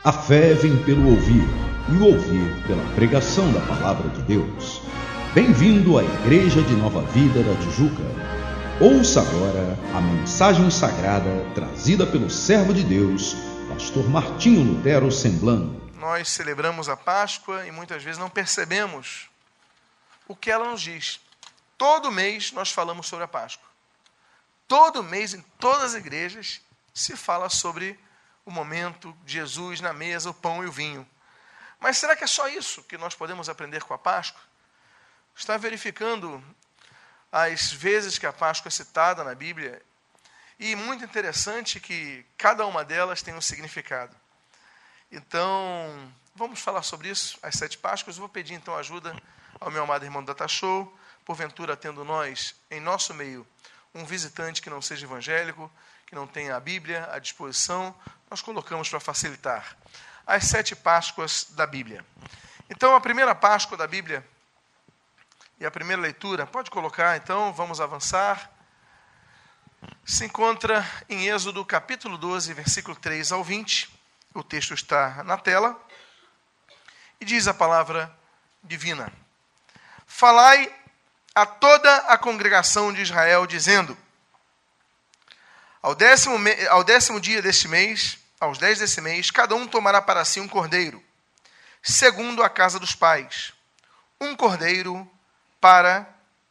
A fé vem pelo ouvir, e o ouvir pela pregação da Palavra de Deus. Bem-vindo à Igreja de Nova Vida da Tijuca. Ouça agora a mensagem sagrada trazida pelo servo de Deus, pastor Martinho Lutero Semblano. Nós celebramos a Páscoa e muitas vezes não percebemos o que ela nos diz. Todo mês nós falamos sobre a Páscoa. Todo mês, em todas as igrejas, se fala sobre o momento de Jesus na mesa, o pão e o vinho. Mas será que é só isso que nós podemos aprender com a Páscoa? Está verificando as vezes que a Páscoa é citada na Bíblia, e muito interessante que cada uma delas tem um significado. Então, vamos falar sobre isso, as 7 Páscoas. Eu vou pedir então ajuda ao meu amado irmão Data Show, porventura tendo nós, em nosso meio, um visitante que não seja evangélico, que não tenha a Bíblia à disposição, nós colocamos para facilitar. As 7 Páscoas da Bíblia. Então, a primeira Páscoa da Bíblia e a primeira leitura, pode colocar então, vamos avançar, se encontra em Êxodo capítulo 12, versículo 3 ao 20. O texto está na tela e diz a palavra divina: Falai a toda a congregação de Israel, dizendo: Ao décimo dia deste mês, aos 10 desse mês, cada um tomará para si um cordeiro, segundo a casa dos pais, um cordeiro para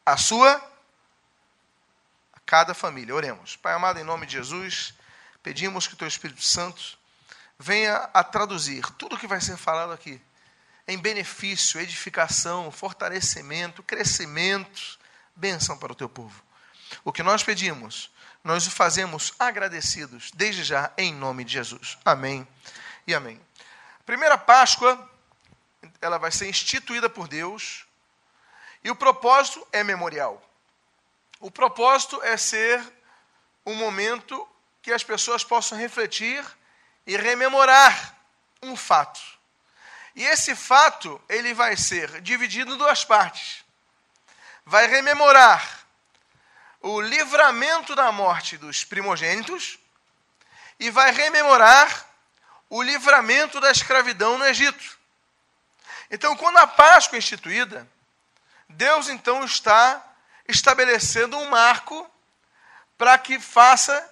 cada família. Oremos. Pai amado, em nome de Jesus, pedimos que o Teu Espírito Santo venha a traduzir tudo o que vai ser falado aqui em benefício, edificação, fortalecimento, crescimento, bênção para o Teu povo. O que nós pedimos, nós o fazemos agradecidos, desde já, em nome de Jesus. Amém e amém. A primeira Páscoa, ela vai ser instituída por Deus, e o propósito é memorial. O propósito é ser um momento que as pessoas possam refletir e rememorar um fato. E esse fato, ele vai ser dividido em 2 partes. Vai rememorar o livramento da morte dos primogênitos e vai rememorar o livramento da escravidão no Egito. Então, quando a Páscoa é instituída, Deus então está estabelecendo um marco para que faça,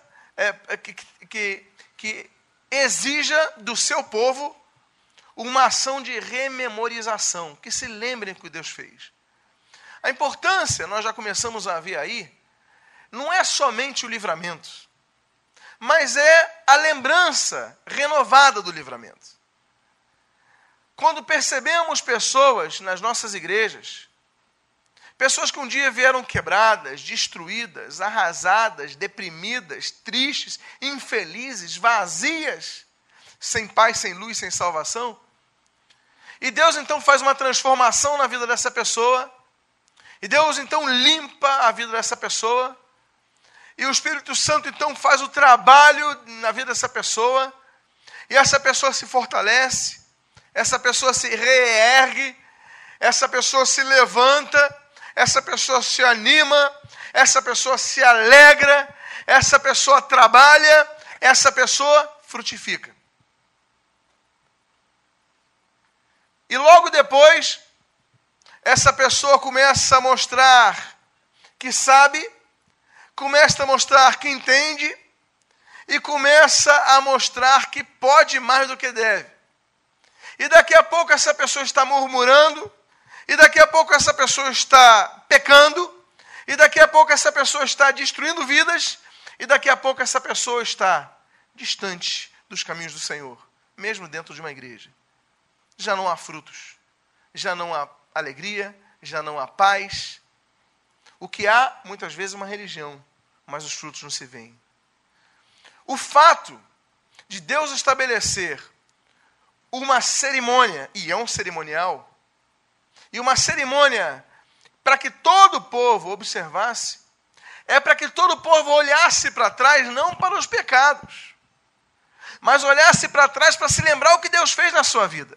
que exija do seu povo uma ação de rememorização, que se lembrem do que Deus fez. A importância, nós já começamos a ver aí, não é somente o livramento, mas é a lembrança renovada do livramento. Quando percebemos pessoas nas nossas igrejas, pessoas que um dia vieram quebradas, destruídas, arrasadas, deprimidas, tristes, infelizes, vazias, sem paz, sem luz, sem salvação, e Deus então faz uma transformação na vida dessa pessoa, e Deus então limpa a vida dessa pessoa, e o Espírito Santo então faz o trabalho na vida dessa pessoa, e essa pessoa se fortalece, essa pessoa se reergue, essa pessoa se levanta, essa pessoa se anima, essa pessoa se alegra, essa pessoa trabalha, essa pessoa frutifica. E logo depois, essa pessoa começa a mostrar que sabe, começa a mostrar que entende e começa a mostrar que pode mais do que deve. E daqui a pouco essa pessoa está murmurando, e daqui a pouco essa pessoa está pecando, e daqui a pouco essa pessoa está destruindo vidas, e daqui a pouco essa pessoa está distante dos caminhos do Senhor, mesmo dentro de uma igreja. Já não há frutos, já não há alegria, já não há paz. O que há, muitas vezes, é uma religião, mas os frutos não se veem. O fato de Deus estabelecer uma cerimônia, e é um cerimonial, e uma cerimônia para que todo o povo observasse, é para que todo o povo olhasse para trás, não para os pecados, mas olhasse para trás para se lembrar o que Deus fez na sua vida.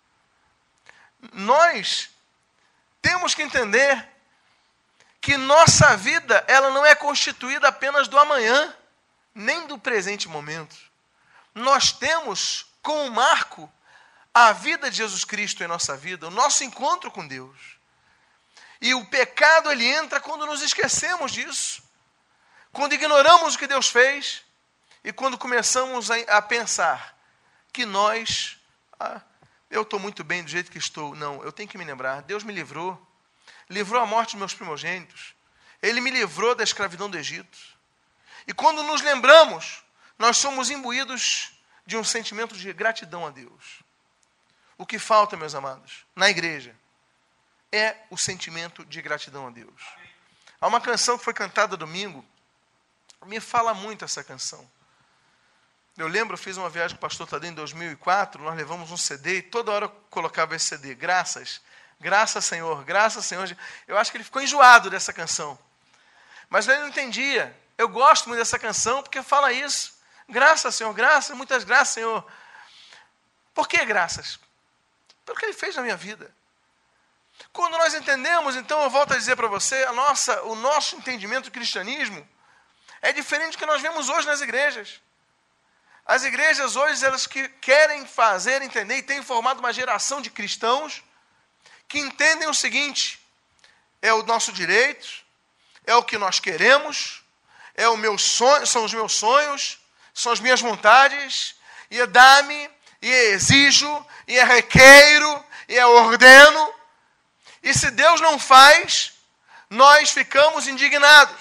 Nós temos que entender que nossa vida, ela não é constituída apenas do amanhã, nem do presente momento. Nós temos como marco a vida de Jesus Cristo em nossa vida, o nosso encontro com Deus. E o pecado, ele entra quando nos esquecemos disso, quando ignoramos o que Deus fez e quando começamos a pensar que nós, eu estou muito bem do jeito que estou. Não, eu tenho que me lembrar, Deus me livrou a morte dos meus primogênitos, Ele me livrou da escravidão do Egito. E quando nos lembramos, nós somos imbuídos de um sentimento de gratidão a Deus. O que falta, meus amados, na igreja, é o sentimento de gratidão a Deus. Há uma canção que foi cantada domingo, me fala muito essa canção. Eu lembro, eu fiz uma viagem com o pastor Tadeu em 2004, nós levamos um CD e toda hora eu colocava esse CD, graças Senhor, graças Senhor. Eu acho que ele ficou enjoado dessa canção. Mas ele não entendia. Eu gosto muito dessa canção porque fala isso. Graças Senhor, graças, muitas graças Senhor. Por que graças? Pelo que Ele fez na minha vida. Quando nós entendemos, então eu volto a dizer para você, o nosso entendimento do cristianismo é diferente do que nós vemos hoje nas igrejas. As igrejas hoje, elas que querem fazer entender e têm formado uma geração de cristãos que entendem o seguinte: é o nosso direito, é o que nós queremos, é o meu sonho, são os meus sonhos, são as minhas vontades, e é dá-me, e é exijo, e é requeiro, e é ordeno. E se Deus não faz, nós ficamos indignados.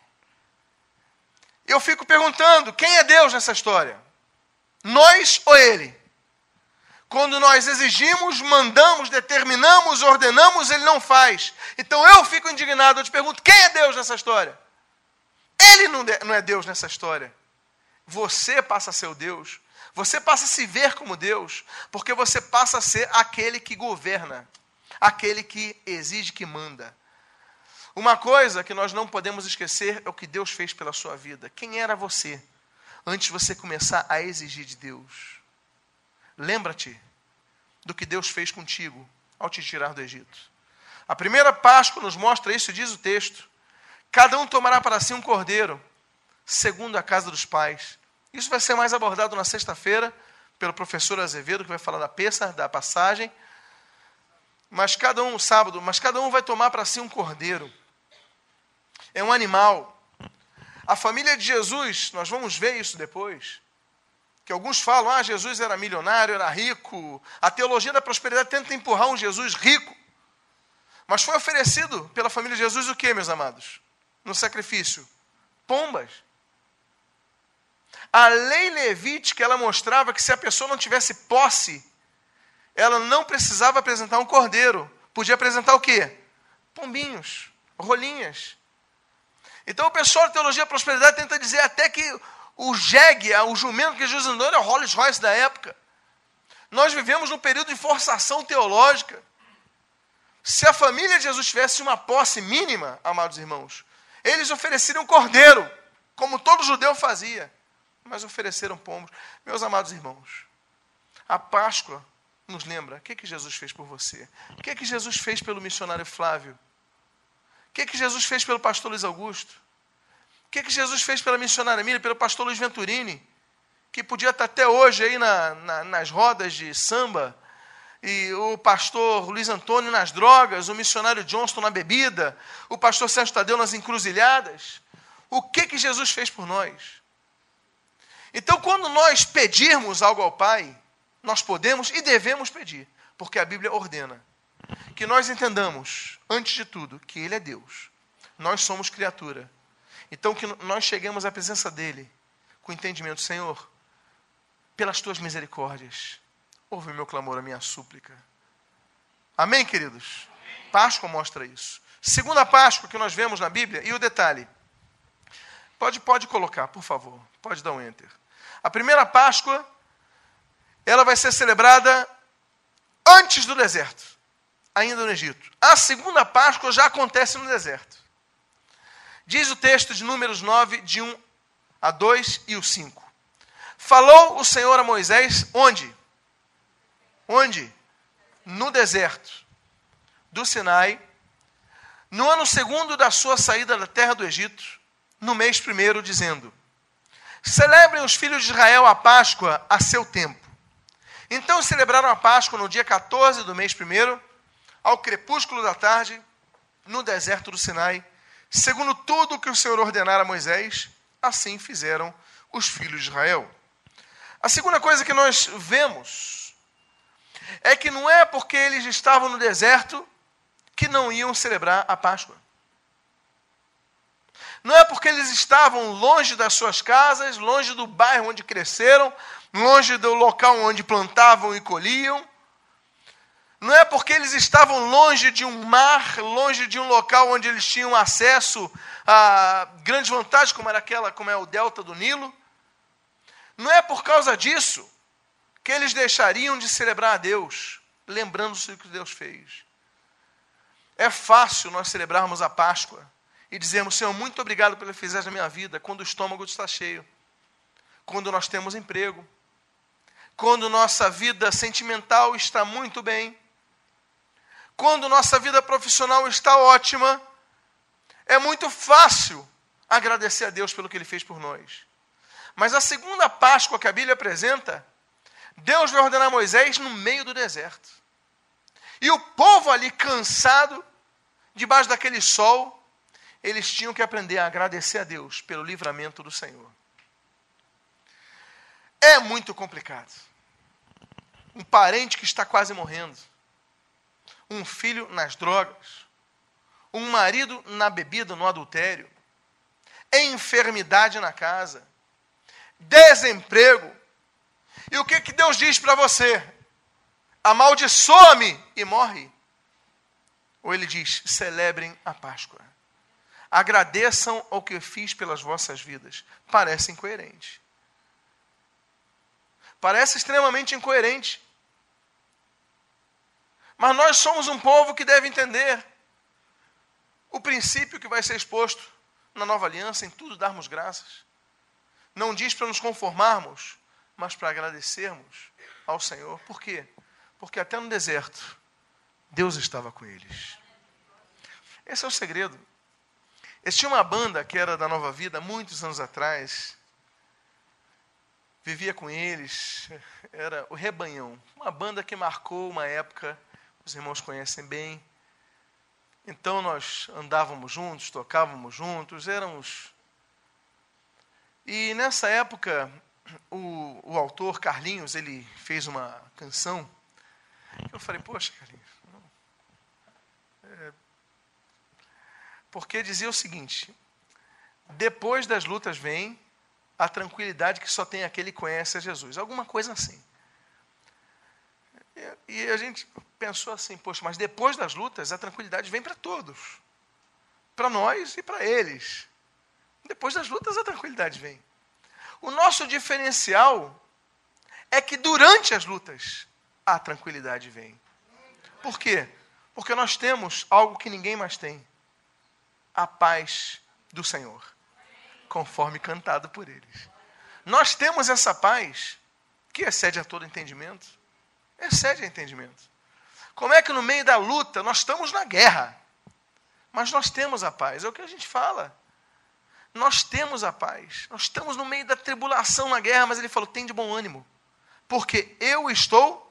Eu fico perguntando, quem é Deus nessa história? Nós ou Ele? Quando nós exigimos, mandamos, determinamos, ordenamos, Ele não faz. Então eu fico indignado, eu te pergunto, quem é Deus nessa história? Ele não é Deus nessa história. Você passa a ser o Deus. Você passa a se ver como Deus, porque você passa a ser aquele que governa, aquele que exige, que manda. Uma coisa que nós não podemos esquecer é o que Deus fez pela sua vida. Quem era você antes de você começar a exigir de Deus? Lembra-te do que Deus fez contigo ao te tirar do Egito. A primeira Páscoa nos mostra isso, diz o texto. Cada um tomará para si um cordeiro, segundo a casa dos pais. Isso vai ser mais abordado na sexta-feira pelo professor Azevedo, que vai falar da Pêssar, da passagem. Mas cada um vai tomar para si um cordeiro. É um animal. A família de Jesus, nós vamos ver isso depois, que alguns falam, Jesus era milionário, era rico. A teologia da prosperidade tenta empurrar um Jesus rico. Mas foi oferecido pela família de Jesus o que, meus amados? No sacrifício? Pombas. A lei levítica, ela mostrava que se a pessoa não tivesse posse, ela não precisava apresentar um cordeiro. Podia apresentar o quê? Pombinhos, rolinhas. Então o pessoal da teologia da prosperidade tenta dizer até que o jegue, o jumento que Jesus andou, era o Rolls Royce da época. Nós vivemos num período de forçação teológica. Se a família de Jesus tivesse uma posse mínima, amados irmãos, eles ofereceriam um cordeiro, como todo judeu fazia. Mas ofereceram pombos. Meus amados irmãos, a Páscoa nos lembra o que Jesus fez por você. O que Jesus fez pelo missionário Flávio. O que Jesus fez pelo pastor Luiz Augusto. O que Jesus fez pela missionária Miriam, pelo pastor Luiz Venturini, que podia estar até hoje aí nas rodas de samba, e o pastor Luiz Antônio nas drogas, o missionário Johnston na bebida, o pastor Sérgio Tadeu nas encruzilhadas. O que Jesus fez por nós? Então, quando nós pedirmos algo ao Pai, nós podemos e devemos pedir, porque a Bíblia ordena que nós entendamos, antes de tudo, que Ele é Deus. Nós somos criatura. Então, que nós cheguemos à presença dEle com entendimento. Senhor, pelas Tuas misericórdias, ouve o meu clamor, a minha súplica. Amém, queridos? Amém. Páscoa mostra isso. Segunda Páscoa que nós vemos na Bíblia, e o detalhe. Pode colocar, por favor. Pode dar um enter. A primeira Páscoa, ela vai ser celebrada antes do deserto, ainda no Egito. A segunda Páscoa já acontece no deserto. Diz o texto de Números 9, de 1 a 2 e o 5. Falou o Senhor a Moisés, onde? Onde? No deserto do Sinai, no ano segundo da sua saída da terra do Egito, no mês primeiro, dizendo: celebrem os filhos de Israel a Páscoa a seu tempo. Então celebraram a Páscoa no dia 14 do mês 1º, ao crepúsculo da tarde, no deserto do Sinai, segundo tudo o que o Senhor ordenara a Moisés, assim fizeram os filhos de Israel. A segunda coisa que nós vemos é que não é porque eles estavam no deserto que não iam celebrar a Páscoa. Não é porque eles estavam longe das suas casas, longe do bairro onde cresceram, longe do local onde plantavam e colhiam. Não é porque eles estavam longe de um mar, longe de um local onde eles tinham acesso a grandes vantagens, como é o delta do Nilo. Não é por causa disso que eles deixariam de celebrar a Deus, lembrando-se do que Deus fez. É fácil nós celebrarmos a Páscoa e dizermos: Senhor, muito obrigado pelo que fizeste na minha vida, quando o estômago está cheio, quando nós temos emprego, quando nossa vida sentimental está muito bem, quando nossa vida profissional está ótima. É muito fácil agradecer a Deus pelo que Ele fez por nós. Mas a segunda Páscoa que a Bíblia apresenta, Deus vai ordenar a Moisés no meio do deserto. E o povo ali cansado, debaixo daquele sol, eles tinham que aprender a agradecer a Deus pelo livramento do Senhor. É muito complicado. Um parente que está quase morrendo, um filho nas drogas, um marido na bebida, no adultério, enfermidade na casa, desemprego. E o que Deus diz para você? Amaldiçoa-me e morre. Ou Ele diz: celebrem a Páscoa. Agradeçam ao que eu fiz pelas vossas vidas. Parece incoerente. Parece extremamente incoerente. Mas nós somos um povo que deve entender o princípio que vai ser exposto na nova aliança, em tudo darmos graças. Não diz para nos conformarmos, mas para agradecermos ao Senhor. Por quê? Porque até no deserto, Deus estava com eles. Esse é o segredo. Tinha uma banda que era da Nova Vida, muitos anos atrás. Vivia com eles, era o Rebanhão. Uma banda que marcou uma época, os irmãos conhecem bem. Então nós andávamos juntos, tocávamos juntos, éramos... E nessa época, o autor Carlinhos, ele fez uma canção. Eu falei: poxa, Carlinhos, não. Porque dizia o seguinte: depois das lutas vem a tranquilidade que só tem aquele que conhece a Jesus. Alguma coisa assim. E a gente pensou assim: poxa, mas depois das lutas a tranquilidade vem para todos. Para nós e para eles. Depois das lutas a tranquilidade vem. O nosso diferencial é que durante as lutas a tranquilidade vem. Por quê? Porque nós temos algo que ninguém mais tem: a paz do Senhor, conforme cantado por eles. Nós temos essa paz que excede a todo entendimento. Excede a entendimento. Como é que no meio da luta, nós estamos na guerra, mas nós temos a paz? É o que a gente fala. Nós temos a paz. Nós estamos no meio da tribulação, na guerra, mas Ele falou: tem de bom ânimo, porque eu estou...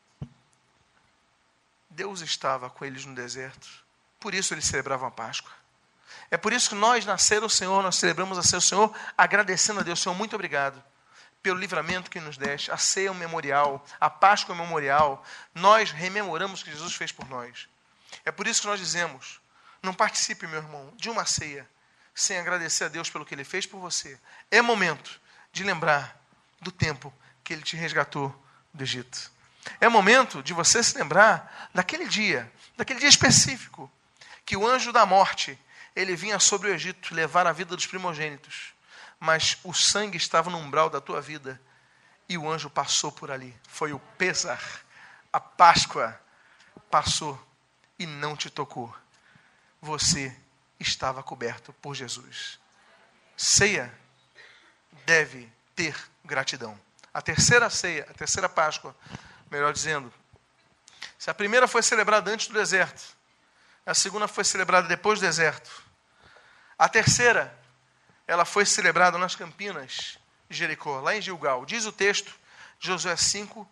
Deus estava com eles no deserto. Por isso eles celebravam a Páscoa. É por isso que nós, nascer o Senhor, nós celebramos a ser o Senhor, agradecendo a Deus: Senhor, muito obrigado pelo livramento que nos deste. A ceia é um memorial, a Páscoa é um memorial. Nós rememoramos o que Jesus fez por nós. É por isso que nós dizemos: não participe, meu irmão, de uma ceia sem agradecer a Deus pelo que Ele fez por você. É momento de lembrar do tempo que Ele te resgatou do Egito. É momento de você se lembrar daquele dia específico, que o anjo da morte, ele vinha sobre o Egito levar a vida dos primogênitos, mas o sangue estava no umbral da tua vida, e o anjo passou por ali. Foi o Pêsar, a Páscoa, passou e não te tocou. Você estava coberto por Jesus. Ceia deve ter gratidão. A terceira ceia, a terceira Páscoa, melhor dizendo, se a primeira foi celebrada antes do deserto, a segunda foi celebrada depois do deserto, a terceira, ela foi celebrada nas campinas de Jericó, lá em Gilgal. Diz o texto, Josué 5,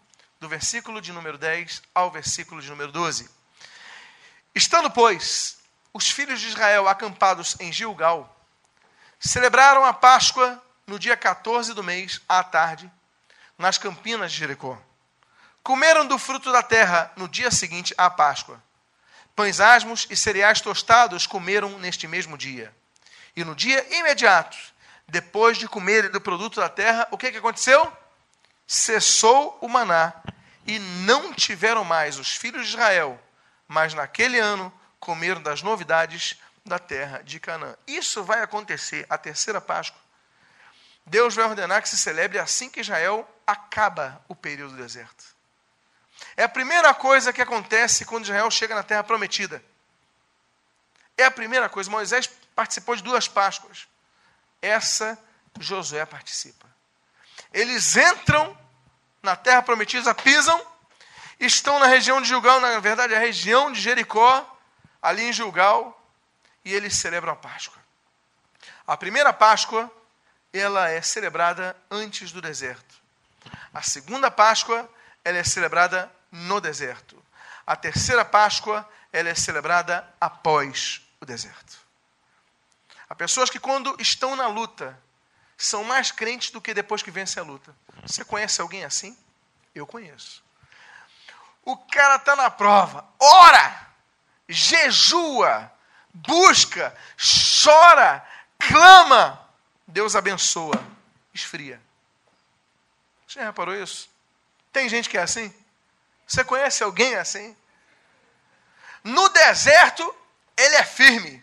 do versículo de número 10 ao versículo de número 12. Estando, pois, os filhos de Israel acampados em Gilgal, celebraram a Páscoa no dia 14 do mês, à tarde, nas campinas de Jericó. Comeram do fruto da terra no dia seguinte à Páscoa. Pães asmos e cereais tostados comeram neste mesmo dia. E no dia imediato, depois de comerem do produto da terra, o que aconteceu? Cessou o maná, e não tiveram mais os filhos de Israel, mas naquele ano comeram das novidades da terra de Canaã. Isso vai acontecer, a terceira Páscoa. Deus vai ordenar que se celebre assim que Israel acaba o período do deserto. É a primeira coisa que acontece quando Israel chega na terra prometida. É a primeira coisa. Moisés participou de 2 Páscoas. Essa Josué participa. Eles entram na terra prometida, pisam, estão na região de Gilgal, na verdade a região de Jericó, ali em Gilgal, e eles celebram a Páscoa. A primeira Páscoa, ela é celebrada antes do deserto. A segunda Páscoa, ela é celebrada no deserto. A terceira Páscoa, ela é celebrada após o deserto. Há pessoas que quando estão na luta, são mais crentes do que depois que vencem a luta. Você conhece alguém assim? Eu conheço. O cara está na prova, ora, jejua, busca, chora, clama, Deus abençoa, esfria. Você já reparou isso? Tem gente que é assim? Você conhece alguém assim? No deserto, ele é firme.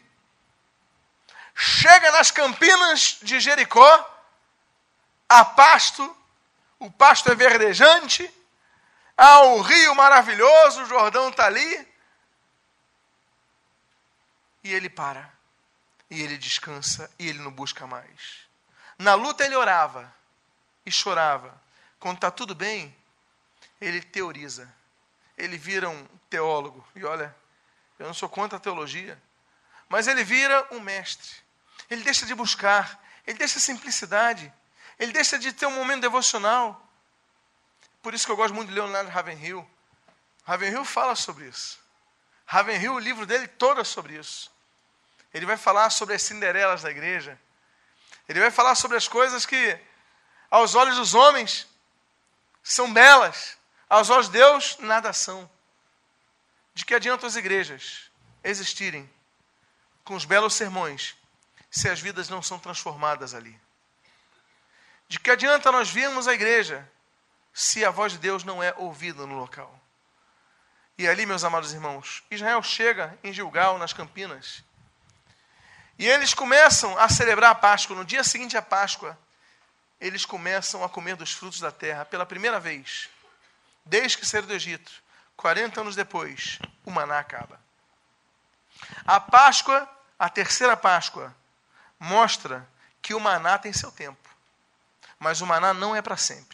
Chega nas campinas de Jericó, há pasto, o pasto é verdejante, há um rio maravilhoso, o Jordão está ali, e ele para, e ele descansa, e ele não busca mais. Na luta ele orava e chorava. Quando está tudo bem, ele teoriza, ele vira um teólogo, e olha, eu não sou contra a teologia, mas ele vira um mestre. Ele deixa de buscar, ele deixa a simplicidade, ele deixa de ter um momento devocional. Por isso que eu gosto muito de Leonard Ravenhill. Ravenhill fala sobre isso. Ravenhill, o livro dele todo é sobre isso. Ele vai falar sobre as Cinderelas da igreja. Ele vai falar sobre as coisas que, aos olhos dos homens, são belas. Aos olhos de Deus, nada são. De que adiantam as igrejas existirem com os belos sermões, se as vidas não são transformadas ali? De que adianta nós virmos à igreja, se a voz de Deus não é ouvida no local? E ali, meus amados irmãos, Israel chega em Gilgal, nas campinas, e eles começam a celebrar a Páscoa. No dia seguinte à Páscoa, eles começam a comer dos frutos da terra, pela primeira vez, desde que saíram do Egito. 40 anos depois, o maná acaba. A Páscoa, a terceira Páscoa, mostra que o maná tem seu tempo. Mas o maná não é para sempre.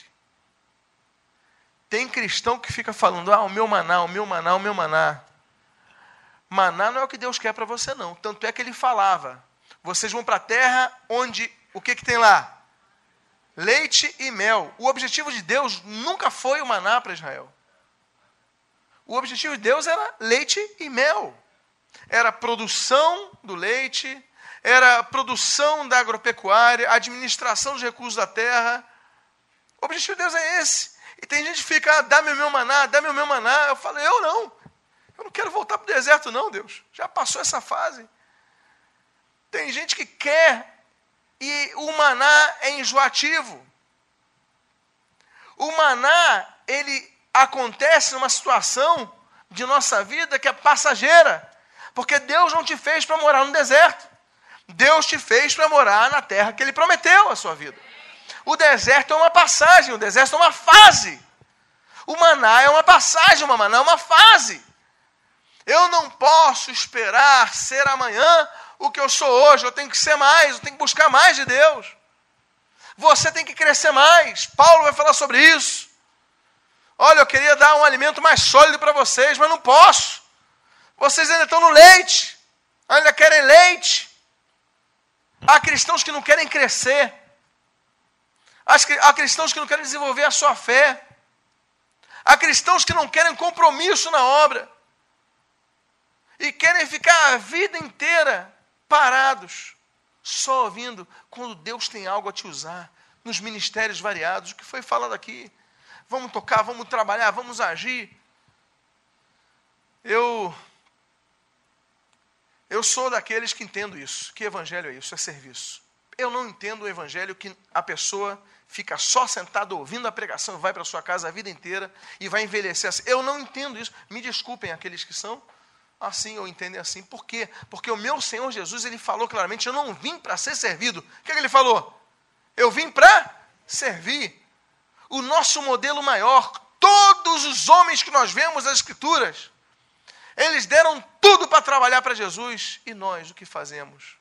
Tem cristão que fica falando, o meu maná, o meu maná, o meu maná. Maná não é o que Deus quer para você, não. Tanto é que ele falava, vocês vão para a terra onde, o que tem lá? Leite e mel. O objetivo de Deus nunca foi o maná para Israel. O objetivo de Deus era leite e mel. Era a produção do leite, era a produção da agropecuária, a administração dos recursos da terra. O objetivo de Deus é esse. E tem gente que fica, dá-me o meu maná, dá-me o meu maná. Eu falo, eu não quero voltar para o deserto não, Deus. Já passou essa fase. Tem gente que quer, e o maná é enjoativo. O maná, ele acontece numa situação de nossa vida que é passageira. Porque Deus não te fez para morar no deserto. Deus te fez para morar na terra que Ele prometeu à sua vida. O deserto é uma passagem, o deserto é uma fase. O maná é uma passagem, o maná é uma fase. Eu não posso esperar ser amanhã o que eu sou hoje. Eu tenho que ser mais, eu tenho que buscar mais de Deus. Você tem que crescer mais. Paulo vai falar sobre isso. Olha, eu queria dar um alimento mais sólido para vocês, mas não posso. Vocês ainda estão no leite, ainda querem leite. Há cristãos que não querem crescer. Há cristãos que não querem desenvolver a sua fé. Há cristãos que não querem compromisso na obra e querem ficar a vida inteira parados, só ouvindo quando Deus tem algo a te usar, nos ministérios variados, o que foi falado aqui. Vamos tocar, vamos trabalhar, vamos agir. Eu sou daqueles que entendo isso, que evangelho é isso, é serviço. Eu não entendo o evangelho que a pessoa fica só sentada ouvindo a pregação e vai para sua casa a vida inteira e vai envelhecer assim. Eu não entendo isso. Me desculpem aqueles que são assim ou entendem assim. Por quê? Porque o meu Senhor Jesus, ele falou claramente, eu não vim para ser servido. O que ele falou? Eu vim para servir. O nosso modelo maior, todos os homens que nós vemos nas Escrituras, eles deram tudo para trabalhar para Jesus. E nós, o que fazemos?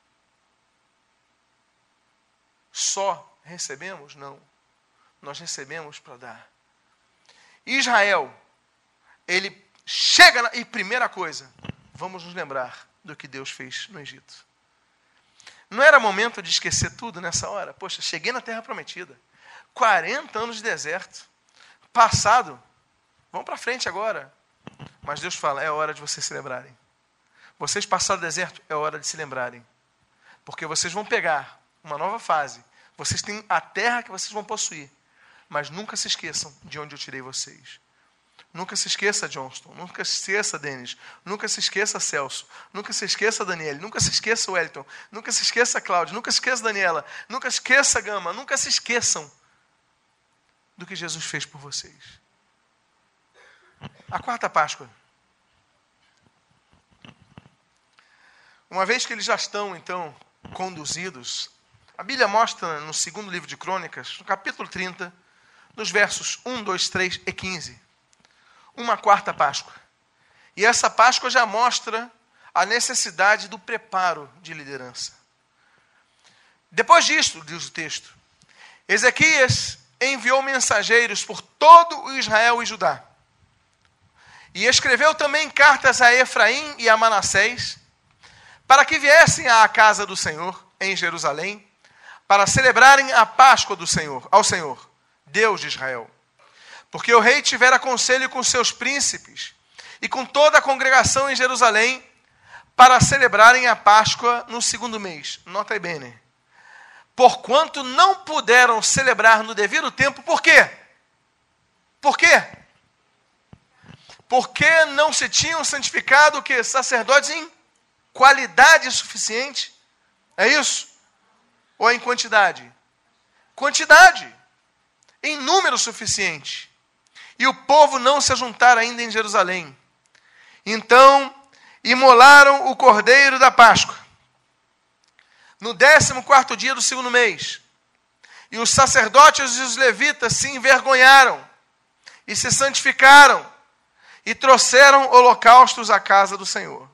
Só recebemos? Não. Nós recebemos para dar. Israel, ele chega e primeira coisa, vamos nos lembrar do que Deus fez no Egito. Não era momento de esquecer tudo nessa hora? Poxa, cheguei na Terra Prometida. 40 anos de deserto. Passado. Vamos para frente agora. Mas Deus fala, é hora de vocês se lembrarem. Vocês passaram o deserto, é hora de se lembrarem. Porque vocês vão pegar uma nova fase. Vocês têm a terra que vocês vão possuir. Mas nunca se esqueçam de onde eu tirei vocês. Nunca se esqueça, Johnston. Nunca se esqueça, Denis. Nunca se esqueça, Celso. Nunca se esqueça, Daniele. Nunca se esqueça, Wellington. Nunca se esqueça, Cláudio. Nunca se esqueça, Daniela. Nunca se esqueça, Gama. Nunca se esqueçam do que Jesus fez por vocês. A quarta Páscoa. Uma vez que eles já estão, então, conduzidos, a Bíblia mostra no segundo livro de Crônicas, no capítulo 30, nos versos 1, 2, 3 e 15, uma quarta Páscoa. E essa Páscoa já mostra a necessidade do preparo de liderança. Depois disto, diz o texto, Ezequias enviou mensageiros por todo o Israel e Judá. E escreveu também cartas a Efraim e a Manassés, para que viessem à casa do Senhor, em Jerusalém, para celebrarem a Páscoa do Senhor, ao Senhor, Deus de Israel. Porque o rei tivera conselho com seus príncipes e com toda a congregação em Jerusalém, para celebrarem a Páscoa no segundo mês. Nota aí bem, né? Porquanto não puderam celebrar no devido tempo, por quê? Por quê? Porque não se tinham santificado o quê? Sacerdotes em qualidade suficiente. É isso? Ou em quantidade? Quantidade. Em número suficiente. E o povo não se ajuntara ainda em Jerusalém. Então, imolaram o cordeiro da Páscoa. No 14º dia do segundo mês. E os sacerdotes e os levitas se envergonharam. E se santificaram. E trouxeram holocaustos à casa do Senhor.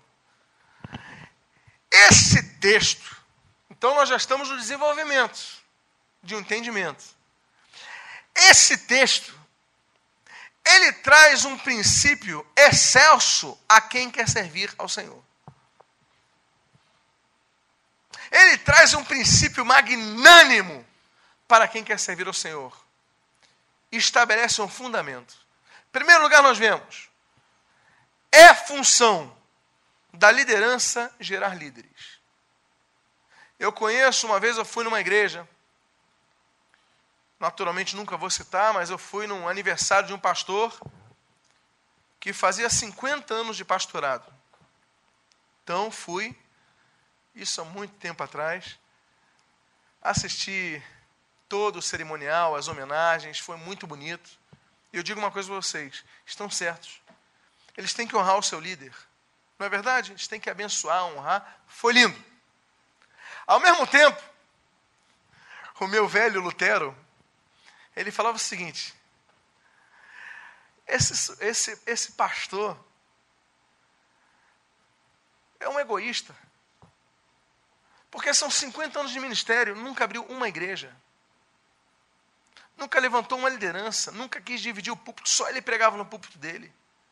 Esse texto, então nós já estamos no desenvolvimento de um entendimento. Esse texto, ele traz um princípio excelso a quem quer servir ao Senhor. Ele traz um princípio magnânimo para quem quer servir ao Senhor. E estabelece um fundamento. Em primeiro lugar, nós vemos, é função da liderança gerar líderes. Eu conheço, uma vez eu fui numa igreja, naturalmente nunca vou citar, mas eu fui num aniversário de um pastor que fazia 50 anos de pastorado. Então fui, isso há muito tempo atrás, assisti todo o cerimonial, as homenagens, foi muito bonito. E eu digo uma coisa para vocês, estão certos. Eles têm que honrar o seu líder. Não é verdade? Eles têm que abençoar, honrar. Foi lindo. Ao mesmo tempo, o meu velho Lutero, ele falava o seguinte, esse pastor é um egoísta. Porque são 50 anos de ministério, nunca abriu uma igreja. Nunca levantou uma liderança, nunca quis dividir o púlpito, só ele pregava no púlpito dele.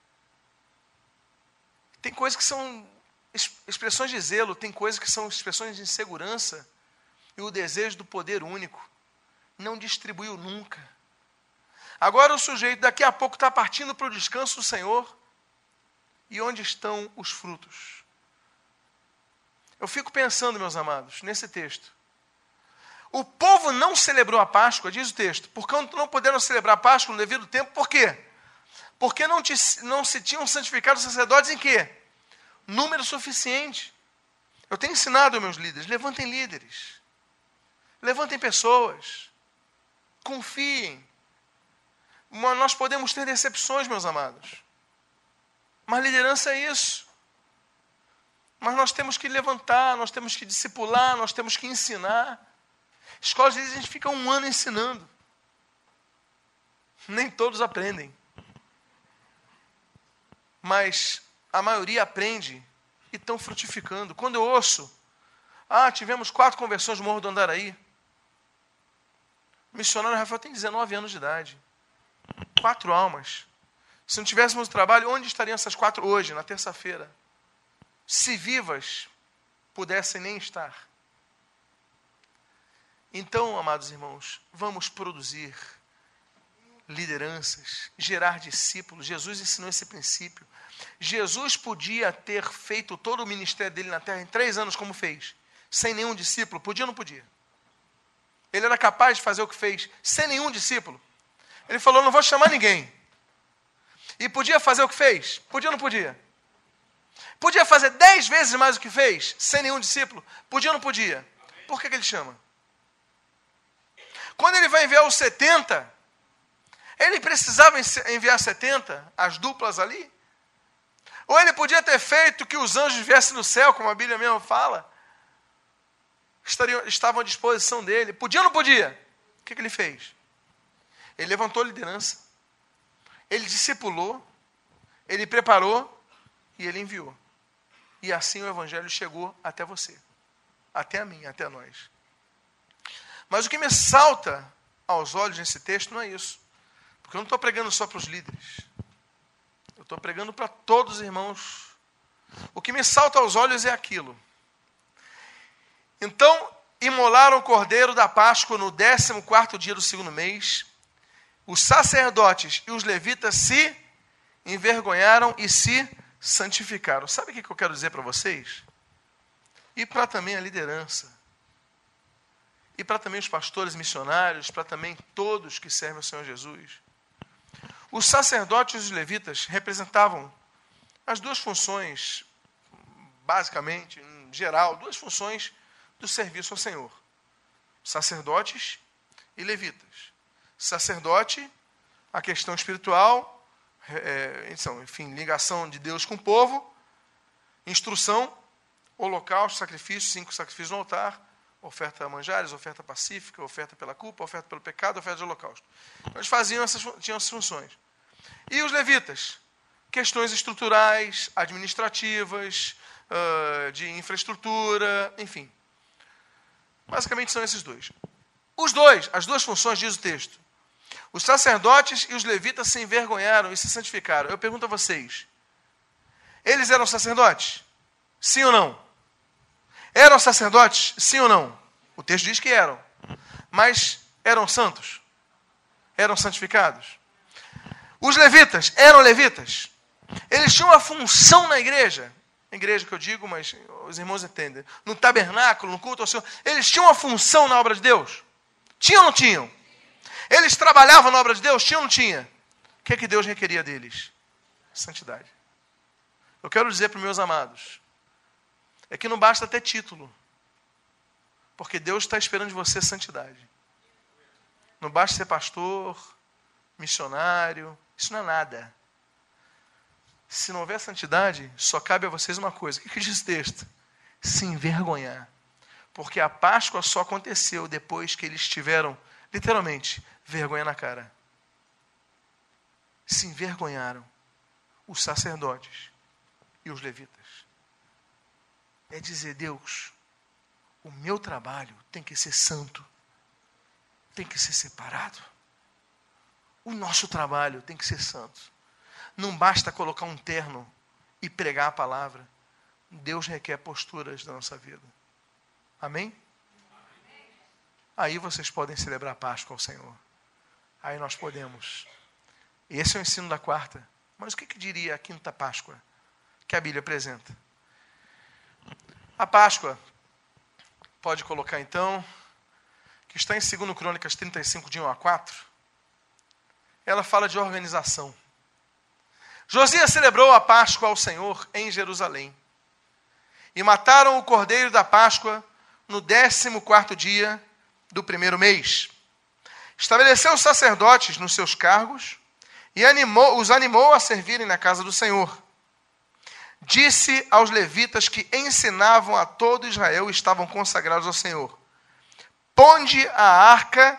Tem coisas que são expressões de zelo, tem coisas que são expressões de insegurança e o desejo do poder único. Não distribuiu nunca. Agora o sujeito daqui a pouco está partindo para o descanso do Senhor. E onde estão os frutos? Eu fico pensando, meus amados, nesse texto. O povo não celebrou a Páscoa, diz o texto, porque não puderam celebrar a Páscoa no devido tempo. Por quê? Porque não se tinham santificado os sacerdotes em quê? Número suficiente. Eu tenho ensinado aos meus líderes, levantem líderes. Levantem pessoas. Confiem. Nós podemos ter decepções, meus amados. Mas liderança é isso. Mas nós temos que levantar, nós temos que discipular, nós temos que ensinar. Escolas, às vezes, a gente fica 1 ano ensinando. Nem todos aprendem. Mas a maioria aprende e estão frutificando. Quando eu ouço, tivemos 4 conversões no Morro do Andaraí. O missionário Rafael tem 19 anos de idade. 4 almas. Se não tivéssemos trabalho, onde estariam essas 4 hoje, na terça-feira? Se vivas, pudessem nem estar. Então, amados irmãos, vamos produzir lideranças, gerar discípulos. Jesus ensinou esse princípio. Jesus podia ter feito todo o ministério dele na terra em 3 anos, como fez, sem nenhum discípulo. Podia ou não podia? Ele era capaz de fazer o que fez, sem nenhum discípulo. Ele falou, não vou chamar ninguém. E podia fazer o que fez? Podia ou não podia? Podia fazer 10 vezes mais o que fez, sem nenhum discípulo? Podia ou não podia? Por que ele chama? Quando ele vai enviar os 70, ele precisava enviar 70, as duplas ali? Ou ele podia ter feito que os anjos viessem no céu, como a Bíblia mesmo fala? Estavam à disposição dele. Podia ou não podia? O que ele fez? Ele levantou a liderança. Ele discipulou. Ele preparou. E ele enviou. E assim o evangelho chegou até você. Até a mim, até a nós. Mas o que me salta aos olhos nesse texto não é isso. Porque eu não estou pregando só para os líderes. Eu estou pregando para todos os irmãos. O que me salta aos olhos é aquilo. Então, imolaram o cordeiro da Páscoa no 14º dia do 2º mês. Os sacerdotes e os levitas se envergonharam e se santificaram. Sabe o que eu quero dizer para vocês? E para também a liderança. E para também os pastores missionários, para também todos que servem ao Senhor Jesus. Os sacerdotes e os levitas representavam as 2 funções, basicamente, em geral, 2 funções do serviço ao Senhor. Sacerdotes e levitas. Sacerdote, a questão espiritual, enfim, ligação de Deus com o povo, instrução, holocausto, sacrifício, 5 sacrifícios no altar, oferta a manjares, oferta pacífica, oferta pela culpa, oferta pelo pecado, oferta de holocausto. Eles tinham essas funções. E os levitas? Questões estruturais, administrativas, de infraestrutura, enfim. Basicamente são esses 2. As 2 funções, diz o texto. Os sacerdotes e os levitas se envergonharam e se santificaram. Eu pergunto a vocês, eles eram sacerdotes? Sim ou não? Eram sacerdotes? Sim ou não? O texto diz que eram. Mas eram santos? Eram santificados? Os levitas eram levitas? Eles tinham uma função na igreja. Na igreja que eu digo, mas os irmãos entendem. No tabernáculo, no culto ao Senhor. Eles tinham uma função na obra de Deus? Tinham ou não tinham? Eles trabalhavam na obra de Deus? Tinham ou não tinham? O que é que Deus requeria deles? Santidade. Eu quero dizer para os meus amados, é que não basta ter título, porque Deus está esperando de você santidade. Não basta ser pastor, missionário, isso não é nada. Se não houver santidade, só cabe a vocês uma coisa. O que diz o texto? Se envergonhar. Porque a Páscoa só aconteceu depois que eles tiveram, literalmente, vergonha na cara. Se envergonharam os sacerdotes e os levitas. É dizer, Deus, o meu trabalho tem que ser santo, tem que ser separado. O nosso trabalho tem que ser santo. Não basta colocar um terno e pregar a palavra. Deus requer posturas da nossa vida. Amém? Aí vocês podem celebrar a Páscoa ao Senhor. aí nós podemos. E esse é o ensino da quarta. Mas o que diria a quinta Páscoa que a Bíblia apresenta? A Páscoa, pode colocar então, que está em 2 Crônicas 35, de 1 a 4, ela fala de organização. Josias celebrou a Páscoa ao Senhor em Jerusalém. E mataram o cordeiro da Páscoa no 14º dia do primeiro mês. Estabeleceu os sacerdotes nos seus cargos e os animou a servirem na casa do Senhor. Disse aos levitas que ensinavam a todo Israel e estavam consagrados ao Senhor: Ponde a arca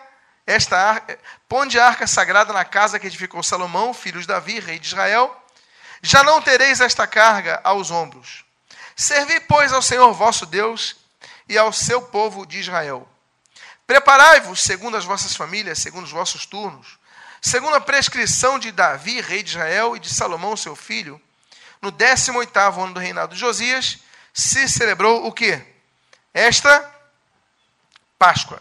sagrada na casa que edificou Salomão, filho de Davi, rei de Israel. Já não tereis esta carga aos ombros. Servi, pois, ao Senhor vosso Deus e ao seu povo de Israel. Preparai-vos segundo as vossas famílias, segundo os vossos turnos, segundo a prescrição de Davi, rei de Israel, e de Salomão, seu filho. No 18º ano do reinado de Josias, se celebrou o quê? Esta Páscoa.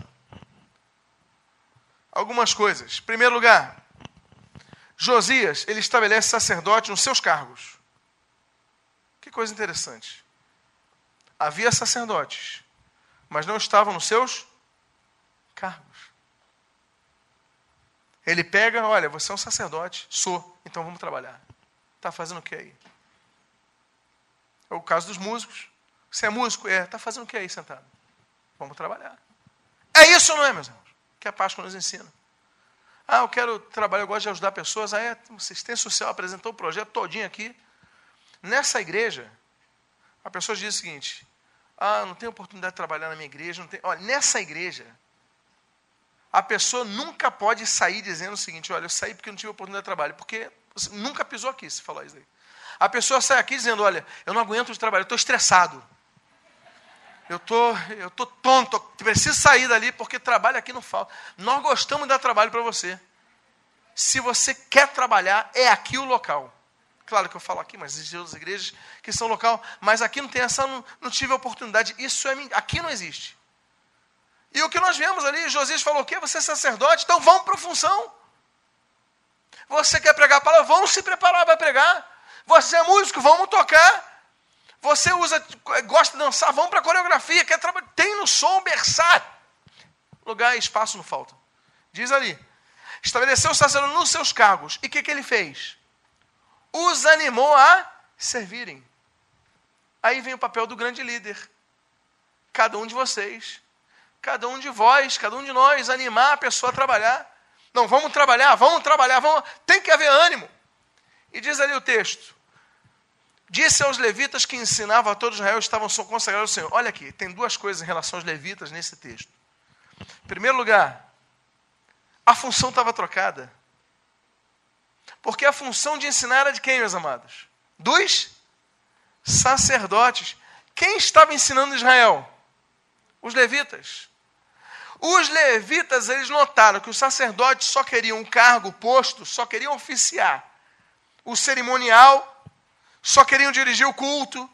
Algumas coisas. Em primeiro lugar, Josias, ele estabelece sacerdote nos seus cargos. Que coisa interessante. Havia sacerdotes, mas não estavam nos seus cargos. Ele pega, olha, você é um sacerdote, sou, então vamos trabalhar. Está fazendo o que aí? É o caso dos músicos. Você é músico? Está fazendo o que aí sentado? Vamos trabalhar. É isso ou não é, meus irmãos? Que a Páscoa nos ensina. Eu quero trabalhar, eu gosto de ajudar pessoas. O assistência social apresentou o projeto todinho aqui. Nessa igreja, a pessoa diz o seguinte: não tenho oportunidade de trabalhar na minha igreja. Não tem... Olha, nessa igreja, a pessoa nunca pode sair dizendo o seguinte: olha, eu saí porque eu não tive oportunidade de trabalho, porque você nunca pisou aqui, se falar isso aí. A pessoa sai aqui dizendo: olha, eu não aguento de trabalho, eu estou estressado. Eu tô tonto, preciso sair dali porque trabalho aqui não falta. Nós gostamos de dar trabalho para você. Se você quer trabalhar, é aqui o local. Claro que eu falo aqui, mas existem outras igrejas que são local, mas aqui não tem essa, não tive a oportunidade. Isso aqui não existe. E o que nós vemos ali, Josias falou o quê? Você é sacerdote, então vamos para a função. Você quer pregar a palavra? Vamos se preparar para pregar. Você é músico? Vamos tocar. Você gosta de dançar? Vamos para a coreografia. Quer trabalhar? Tem no som, berçar. Lugar e espaço não faltam. Diz ali: estabeleceu o sacerdote nos seus cargos. E o que ele fez? Os animou a servirem. Aí vem o papel do grande líder. Cada um de vocês, cada um de vós, cada um de nós, animar a pessoa a trabalhar. Não, vamos trabalhar, tem que haver ânimo. E diz ali o texto: disse aos levitas que ensinavam a todo Israel, estavam consagrados ao Senhor. Olha aqui, tem duas coisas em relação aos levitas nesse texto. Em primeiro lugar, a função estava trocada. Porque a função de ensinar era de quem, meus amados? Dos sacerdotes. Quem estava ensinando Israel? Os levitas. Os levitas, eles notaram que os sacerdotes só queriam um cargo, posto, só queriam oficiar o cerimonial, só queriam dirigir o culto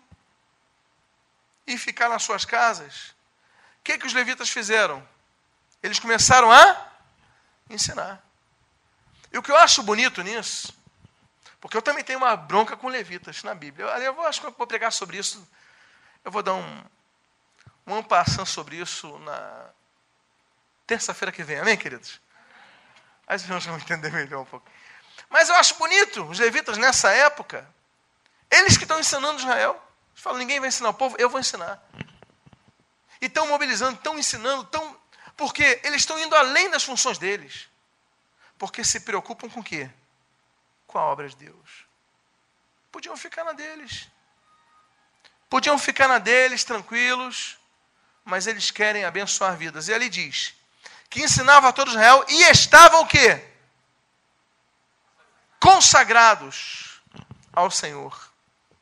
e ficar nas suas casas. O que os levitas fizeram? Eles começaram a ensinar. E o que eu acho bonito nisso, porque eu também tenho uma bronca com levitas na Bíblia. Eu acho que eu vou pregar sobre isso. Eu vou dar um passão sobre isso na terça-feira que vem. Amém, queridos? Aí vocês vão entender melhor um pouco. Mas eu acho bonito, os levitas nessa época, eles que estão ensinando Israel. Eles falam: ninguém vai ensinar o povo, eu vou ensinar. E estão mobilizando, estão ensinando, porque eles estão indo além das funções deles. Porque se preocupam com o quê? Com a obra de Deus. Podiam ficar na deles. Podiam ficar na deles, tranquilos, mas eles querem abençoar vidas. E ali diz que ensinava a todo Israel e estavam o quê? Consagrados ao Senhor.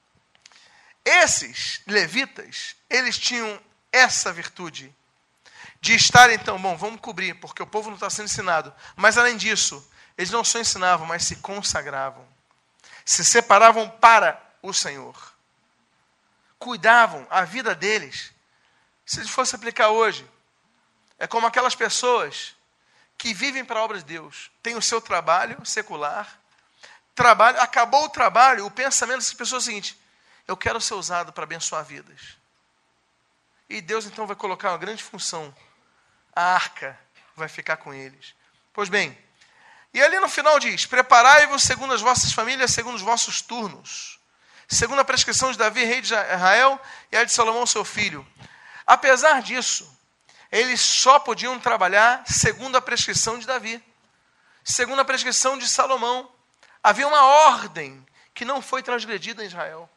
Esses levitas, eles tinham essa virtude de estar, então, vamos cobrir, porque o povo não está sendo ensinado. Mas, além disso, eles não só ensinavam, mas se consagravam. Se separavam para o Senhor. Cuidavam a vida deles. Se a gente fosse aplicar hoje, é como aquelas pessoas que vivem para a obra de Deus, têm o seu trabalho secular, acabou o trabalho, o pensamento dessas pessoas é o seguinte: eu quero ser usado para abençoar vidas. E Deus então vai colocar uma grande função. A arca vai ficar com eles. Pois bem, e ali no final diz: preparai-vos segundo as vossas famílias, segundo os vossos turnos, segundo a prescrição de Davi, rei de Israel, e a de Salomão, seu filho. Apesar disso, eles só podiam trabalhar segundo a prescrição de Davi, segundo a prescrição de Salomão. Havia uma ordem que não foi transgredida em Israel.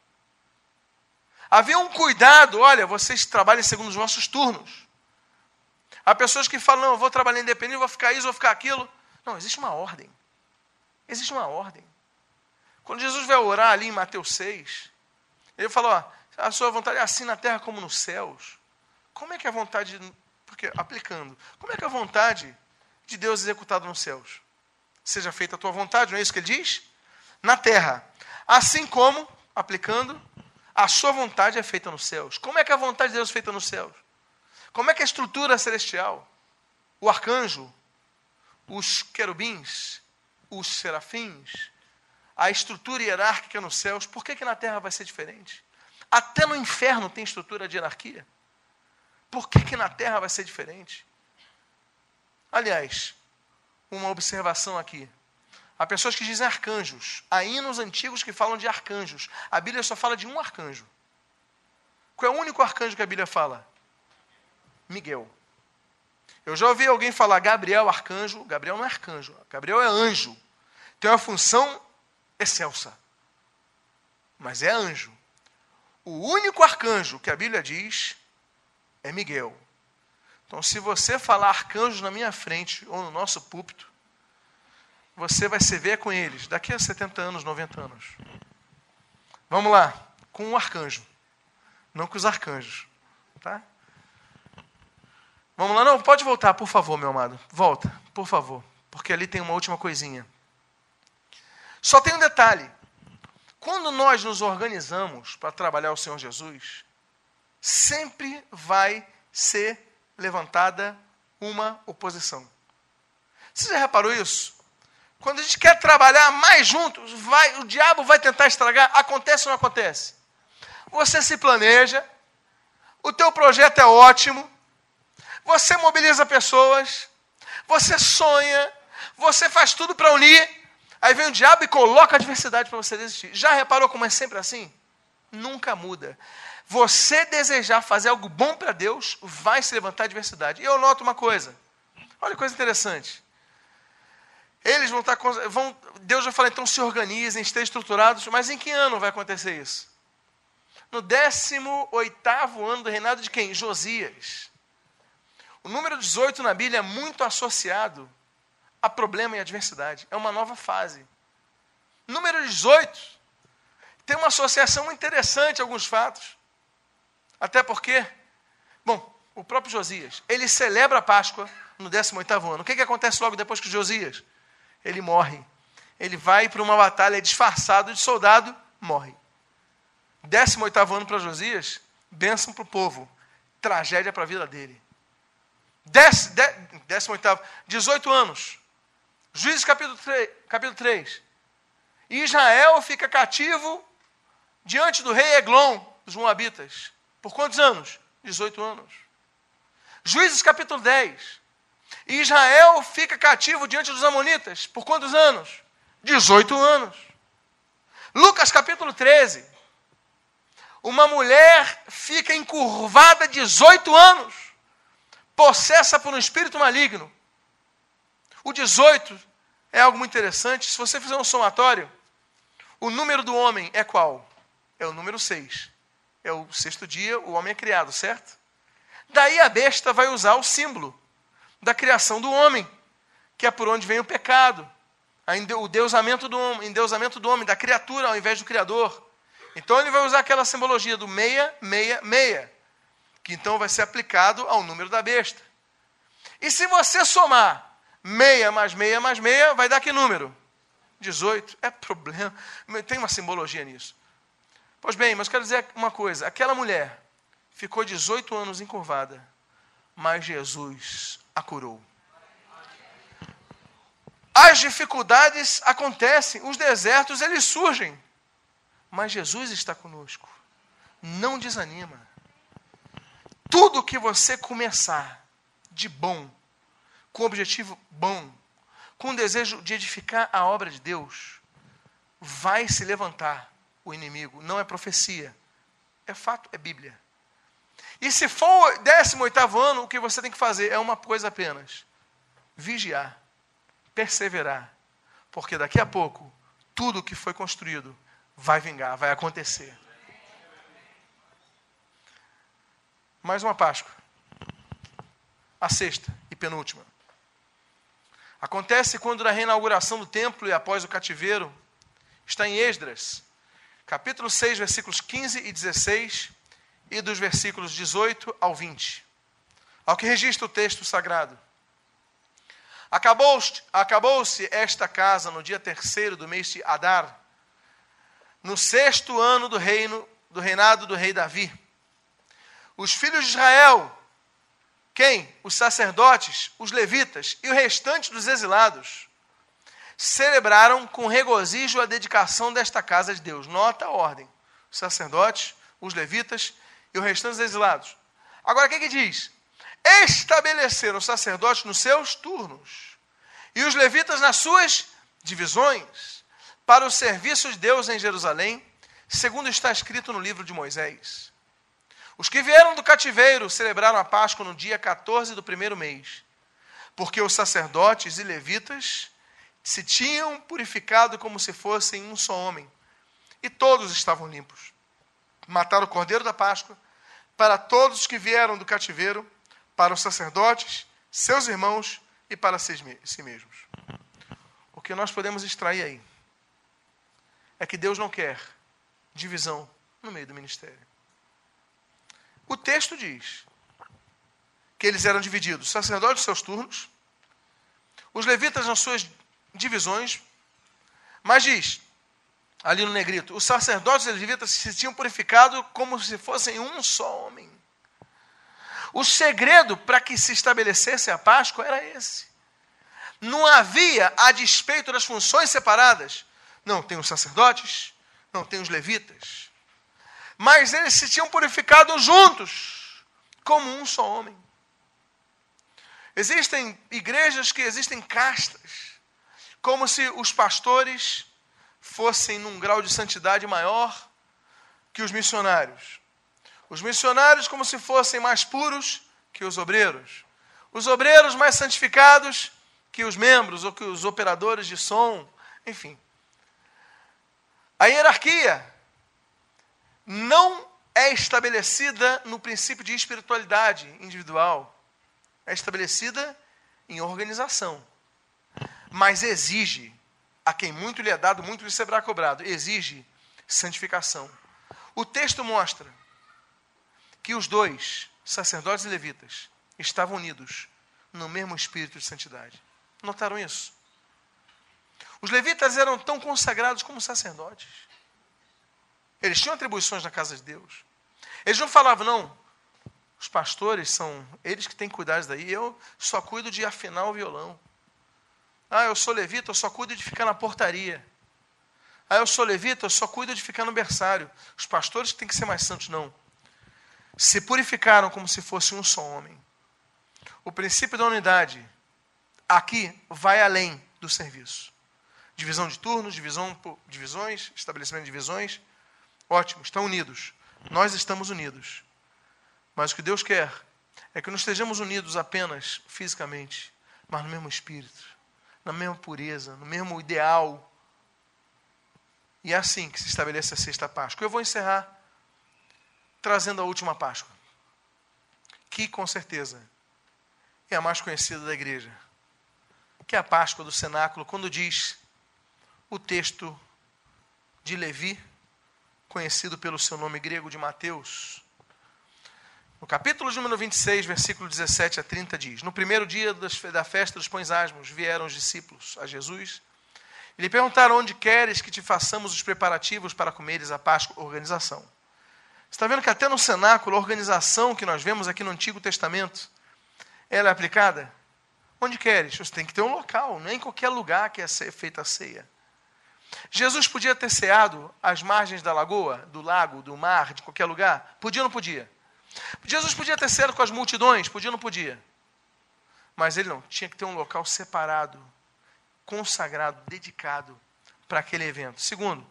Havia um cuidado: olha, vocês trabalhem segundo os vossos turnos. Há pessoas que falam: não, eu vou trabalhar independente, vou ficar isso, vou ficar aquilo. Não, existe uma ordem. Existe uma ordem. Quando Jesus vai orar ali em Mateus 6, ele fala: ó, a sua vontade é assim na terra como nos céus. Como é que é a vontade, porque aplicando, como é que é a vontade de Deus executada nos céus? Seja feita a tua vontade, não é isso que ele diz? Na terra. Assim como, aplicando, a sua vontade é feita nos céus. Como é que é a vontade de Deus é feita nos céus? Como é que é a estrutura celestial? O arcanjo, os querubins, os serafins, a estrutura hierárquica nos céus, por que na terra vai ser diferente? Até no inferno tem estrutura de hierarquia. Por que na terra vai ser diferente? Aliás, uma observação aqui. Há pessoas que dizem arcanjos. Há hinos antigos que falam de arcanjos. A Bíblia só fala de um arcanjo. Qual é o único arcanjo que a Bíblia fala? Miguel. Eu já ouvi alguém falar Gabriel, arcanjo. Gabriel não é arcanjo. Gabriel é anjo. Tem uma função excelsa. Mas é anjo. O único arcanjo que a Bíblia diz é Miguel. Então, se você falar arcanjos na minha frente ou no nosso púlpito, você vai se ver com eles daqui a 70 anos, 90 anos. Vamos lá, com um arcanjo. Não com os arcanjos. Tá? Vamos lá, não, pode voltar, por favor, meu amado. Volta, por favor. Porque ali tem uma última coisinha. Só tem um detalhe. Quando nós nos organizamos para trabalhar o Senhor Jesus, sempre vai ser levantada uma oposição. Você já reparou isso? Quando a gente quer trabalhar mais juntos, o diabo vai tentar estragar. Acontece ou não acontece? Você se planeja, o teu projeto é ótimo, você mobiliza pessoas, você sonha, você faz tudo para unir, aí vem o diabo e coloca a adversidade para você desistir. Já reparou como é sempre assim? Nunca muda. Você desejar fazer algo bom para Deus, vai se levantar a adversidade. E eu noto uma coisa. Olha que coisa interessante. Eles vão estar... Deus vai falar, então se organizem, estejam estruturados. Mas em que ano vai acontecer isso? No 18º ano do reinado de quem? Josias. O número 18 na Bíblia é muito associado a problema e adversidade. É uma nova fase. Número 18 tem uma associação interessante a alguns fatos. Até porque, bom, o próprio Josias, ele celebra a Páscoa no 18º ano. O que acontece logo depois que Josias? Ele morre. Ele vai para uma batalha disfarçado de soldado, morre. 18º ano para Josias, bênção para o povo. Tragédia para a vida dele. 18 anos. Juízes capítulo 3. Israel fica cativo diante do rei Eglon, dos Moabitas. Por quantos anos? 18 anos. Juízes capítulo 10. Israel fica cativo diante dos amonitas. Por quantos anos? 18 anos. Lucas capítulo 13. Uma mulher fica encurvada 18 anos, possessa por um espírito maligno. O 18 é algo muito interessante. Se você fizer um somatório, o número do homem é qual? É o número 6. É o 6º dia, o homem é criado, certo? Daí a besta vai usar o símbolo da criação do homem, que é por onde vem o pecado. O endeusamento do homem, da criatura ao invés do Criador. Então ele vai usar aquela simbologia do 666, que então vai ser aplicado ao número da besta. E se você somar 6 mais 6 mais 6, vai dar que número? 18. É problema. Tem uma simbologia nisso. Pois bem, mas quero dizer uma coisa. Aquela mulher ficou 18 anos encurvada, mas Jesus a curou. As dificuldades acontecem, os desertos eles surgem. Mas Jesus está conosco. Não desanima. Tudo que você começar de bom, com objetivo bom, com desejo de edificar a obra de Deus, vai se levantar o inimigo. Não é profecia. É fato, é Bíblia. E se for o 18º ano, o que você tem que fazer é uma coisa apenas. Vigiar. Perseverar. Porque daqui a pouco, tudo que foi construído vai vingar, vai acontecer. Mais uma Páscoa. A sexta e penúltima. Acontece quando na reinauguração do templo e após o cativeiro, está em Esdras, capítulo 6, versículos 15 e 16, e dos versículos 18 ao 20. Ao que registra o texto sagrado. Acabou-se esta casa no dia 3º do mês de Adar, no 6º ano do reinado do rei Davi. Os filhos de Israel, quem? Os sacerdotes, os levitas e o restante dos exilados, celebraram com regozijo a dedicação desta casa de Deus. Nota a ordem. Os sacerdotes, os levitas e o restante dos exilados. Agora, o que diz? Estabeleceram os sacerdotes nos seus turnos e os levitas nas suas divisões para o serviço de Deus em Jerusalém, segundo está escrito no livro de Moisés. Os que vieram do cativeiro celebraram a Páscoa no dia 14 do 1º mês, porque os sacerdotes e levitas se tinham purificado como se fossem um só homem, e todos estavam limpos. Mataram o cordeiro da Páscoa para todos os que vieram do cativeiro, para os sacerdotes, seus irmãos e para si mesmos. O que nós podemos extrair aí é que Deus não quer divisão no meio do ministério. O texto diz que eles eram divididos, os sacerdotes nos seus turnos, os levitas nas suas divisões, mas diz, ali no negrito, os sacerdotes e os levitas se tinham purificado como se fossem um só homem. O segredo para que se estabelecesse a Páscoa era esse. Não havia, a despeito das funções separadas, não tem os sacerdotes, não tem os levitas, mas eles se tinham purificado juntos, como um só homem. Existem igrejas que existem castas, como se os pastores fossem num grau de santidade maior que os missionários. Os missionários como se fossem mais puros que os obreiros. Os obreiros mais santificados que os membros ou que os operadores de som. Enfim. A hierarquia não é estabelecida no princípio de espiritualidade individual. É estabelecida em organização. Mas exige, a quem muito lhe é dado, muito lhe será cobrado, exige santificação. O texto mostra que os dois, sacerdotes e levitas, estavam unidos no mesmo espírito de santidade. Notaram isso? Os levitas eram tão consagrados como os sacerdotes. Eles tinham atribuições na casa de Deus. Eles não falavam, não, os pastores são eles que têm que cuidar disso daí, eu só cuido de afinar o violão. Ah, eu sou levita, eu só cuido de ficar na portaria. Ah, eu sou levita, eu só cuido de ficar no berçário. Os pastores que têm que ser mais santos, não. Se purificaram como se fosse um só homem. O princípio da unidade aqui vai além do serviço. Divisão de turnos, divisão por divisões, estabelecimento de divisões. Ótimo, estão unidos. Nós estamos unidos. Mas o que Deus quer é que não estejamos unidos apenas fisicamente, mas no mesmo espírito, na mesma pureza, no mesmo ideal. E é assim que se estabelece a sexta Páscoa. Eu vou encerrar trazendo a última Páscoa, que com certeza é a mais conhecida da igreja, que é a Páscoa do cenáculo, quando diz o texto de Levi, conhecido pelo seu nome grego de Mateus. No capítulo de número 26, versículo 17 a 30 diz: no primeiro dia da festa dos pães asmos, vieram os discípulos a Jesus e lhe perguntaram: onde queres que te façamos os preparativos para comeres a Páscoa? Organização. Você está vendo que até no cenáculo, a organização que nós vemos aqui no Antigo Testamento, ela é aplicada? Onde queres? Você tem que ter um local, não é em qualquer lugar que é feita a ceia. Jesus podia ter ceado às margens da lagoa, do lago, do mar, de qualquer lugar? Podia ou não podia? Jesus podia ter ceado com as multidões? Podia ou não podia? Mas ele não, tinha que ter um local separado, consagrado, dedicado para aquele evento. Segundo,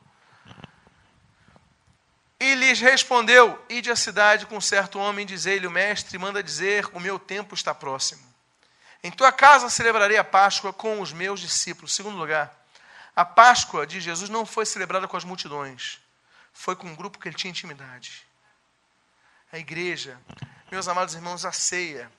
e lhes respondeu: ide à cidade com certo homem, dizei-lhe, o mestre manda dizer, o meu tempo está próximo. Em tua casa celebrarei a Páscoa com os meus discípulos. Segundo lugar, a Páscoa de Jesus não foi celebrada com as multidões. Foi com um grupo que ele tinha intimidade. A igreja, meus amados irmãos, a ceia.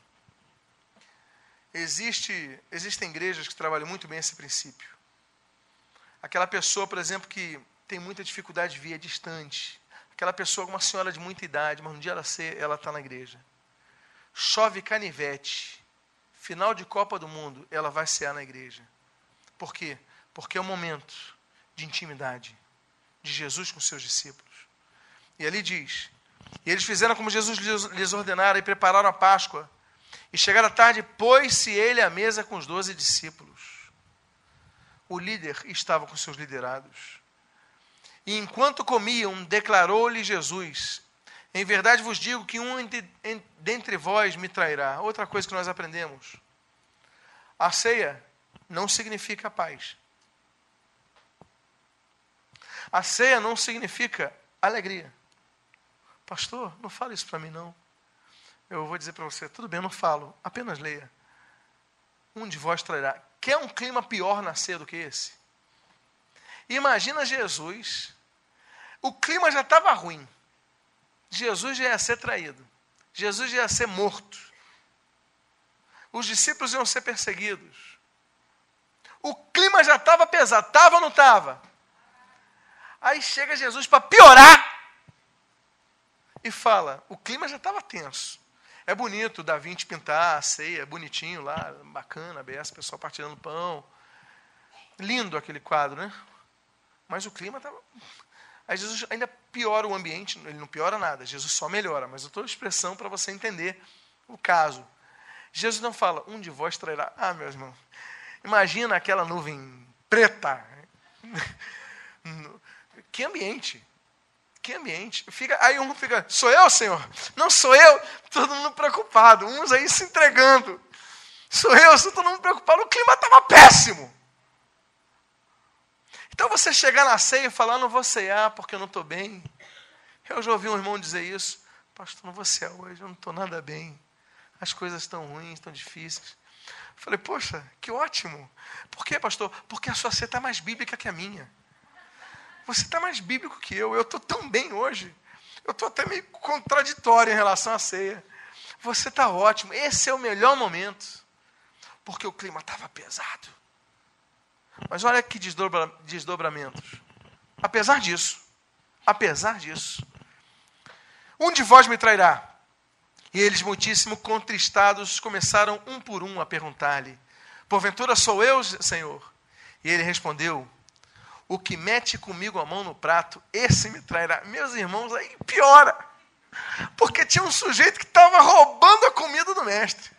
Existem igrejas que trabalham muito bem esse princípio. Aquela pessoa, por exemplo, que tem muita dificuldade de vir, é distante. Aquela pessoa, uma senhora de muita idade, mas um dia ela está na igreja. Chove canivete. Final de Copa do Mundo, ela vai cear na igreja. Por quê? Porque é um momento de intimidade de Jesus com seus discípulos. E ali diz, e eles fizeram como Jesus lhes ordenara e prepararam a Páscoa. E chegada a tarde, pôs-se ele à mesa com os 12 discípulos. O líder estava com seus liderados. E enquanto comiam, declarou-lhe Jesus: em verdade vos digo que um dentre vós me trairá. Outra coisa que nós aprendemos. A ceia não significa paz. A ceia não significa alegria. Pastor, não fala isso para mim não. Eu vou dizer para você, tudo bem, eu não falo, apenas leia. Um de vós trairá. Quer um clima pior na ceia do que esse? Imagina Jesus, o clima já estava ruim. Jesus já ia ser traído. Jesus já ia ser morto. Os discípulos iam ser perseguidos. O clima já estava pesado. Estava ou não estava? Aí chega Jesus para piorar. E fala, o clima já estava tenso. É bonito Da Vinci pintar a ceia, bonitinho lá, bacana, beça, o pessoal partilhando pão. Lindo aquele quadro, né? Mas o clima estava... Aí Jesus ainda piora o ambiente, ele não piora nada, Jesus só melhora, mas eu estou expressão para você entender o caso. Jesus não fala, um de vós trairá. Ah, meus irmãos, imagina aquela nuvem preta. Que ambiente. Que ambiente. Aí um fica, sou eu, Senhor? Não sou eu? Todo mundo preocupado, uns aí se entregando. Sou eu, todo mundo preocupado, o clima estava péssimo. Então você chegar na ceia e falar, não vou cear porque eu não estou bem. Eu já ouvi um irmão dizer isso. Pastor, não vou cear hoje, eu não estou nada bem. As coisas estão ruins, estão difíceis. Eu falei, poxa, que ótimo. Por quê, pastor? Porque a sua ceia está mais bíblica que a minha. Você está mais bíblico que eu estou tão bem hoje. Eu estou até meio contraditório em relação à ceia. Você está ótimo, esse é o melhor momento. Porque o clima estava pesado. Mas olha que desdobramentos. Apesar disso, um de vós me trairá. E eles, muitíssimo contristados, começaram um por um a perguntar-lhe, porventura sou eu, Senhor? E ele respondeu, o que mete comigo a mão no prato, esse me trairá. Meus irmãos, aí piora. Porque tinha um sujeito que estava roubando a comida do mestre.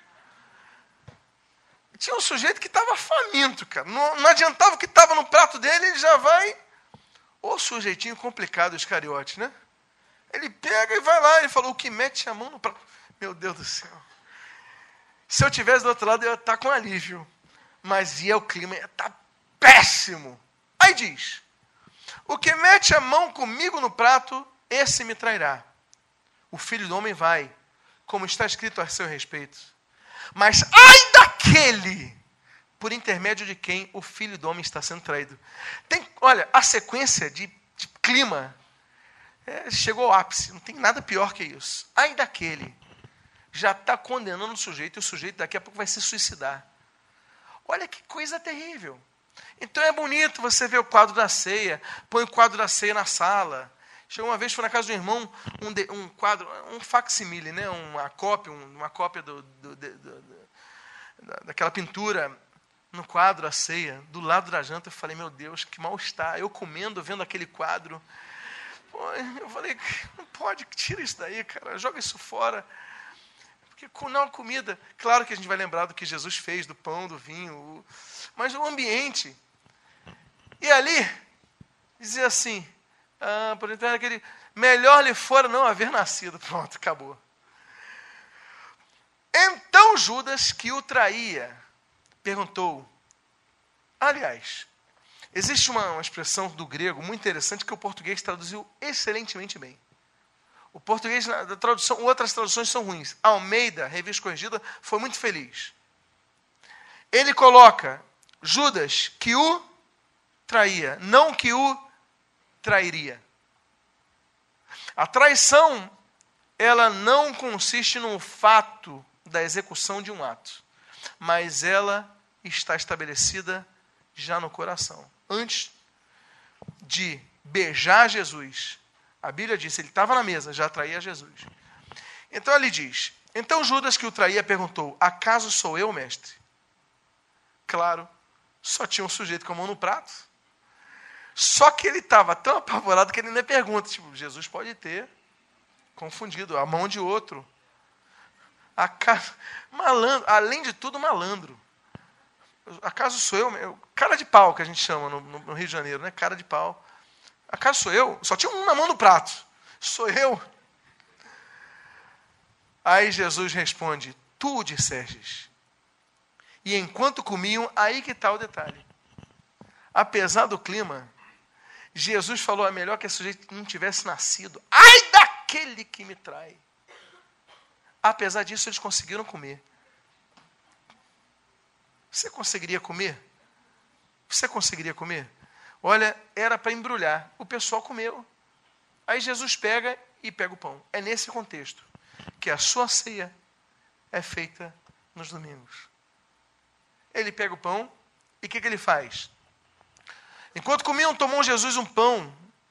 Tinha um sujeito que estava faminto, cara. Não adiantava o que estava no prato dele, ele já vai... Ô sujeitinho complicado, o Iscariote, né? Ele pega e vai lá, ele falou, o que mete a mão no prato. Meu Deus do céu. Se eu tivesse do outro lado, eu ia estar com alívio. Mas o clima ia estar péssimo. Aí diz, o que mete a mão comigo no prato, esse me trairá. O Filho do Homem vai, como está escrito a seu respeito. Mas ai daquele, por intermédio de quem o Filho do Homem está sendo traído. Olha, a sequência de clima chegou ao ápice, não tem nada pior que isso. Ai daquele, já está condenando o sujeito, e o sujeito daqui a pouco vai se suicidar. Olha que coisa terrível. Então é bonito você ver o quadro da ceia, põe o quadro da ceia na sala. Chegou uma vez, foi na casa do irmão, um quadro, um facsimile, né? uma cópia daquela pintura no quadro, a ceia, do lado da janta. Eu falei, meu Deus, que mal-estar. Eu comendo, vendo aquele quadro. Eu falei, não pode, tira isso daí, cara, joga isso fora. Porque na comida, claro que a gente vai lembrar do que Jesus fez, do pão, do vinho, mas o ambiente. E ali, dizia assim, por exemplo, aquele, melhor lhe fora não haver nascido. Pronto, acabou. Então Judas, que o traía, perguntou. Aliás, existe uma expressão do grego muito interessante que o português traduziu excelentemente bem. O português, da tradução, outras traduções são ruins. Almeida, revista corrigida, foi muito feliz. Ele coloca Judas, que o traía, não que o trairia. A traição, ela não consiste no fato da execução de um ato, mas ela está estabelecida já no coração. Antes de beijar Jesus, a Bíblia diz, ele estava na mesa, já traía Jesus. Então ele diz, então Judas que o traía perguntou, acaso sou eu, mestre? Claro, só tinha um sujeito com a mão no prato. Só que ele estava tão apavorado que ele nem pergunta, tipo, Jesus pode ter confundido a mão de outro. Malandro, além de tudo, malandro. Acaso sou eu? Cara de pau, que a gente chama no Rio de Janeiro, né? Cara de pau. Acaso sou eu? Só tinha um na mão no prato. Sou eu? Aí Jesus responde, tu dissestes. E enquanto comiam, aí que está o detalhe. Apesar do clima, Jesus falou, é melhor que esse sujeito não tivesse nascido. Ai daquele que me trai. Apesar disso, eles conseguiram comer. Você conseguiria comer? Você conseguiria comer? Olha, era para embrulhar. O pessoal comeu. Aí Jesus pega o pão. É nesse contexto que a sua ceia é feita nos domingos. Ele pega o pão e o que ele faz? Enquanto comiam, tomou Jesus um pão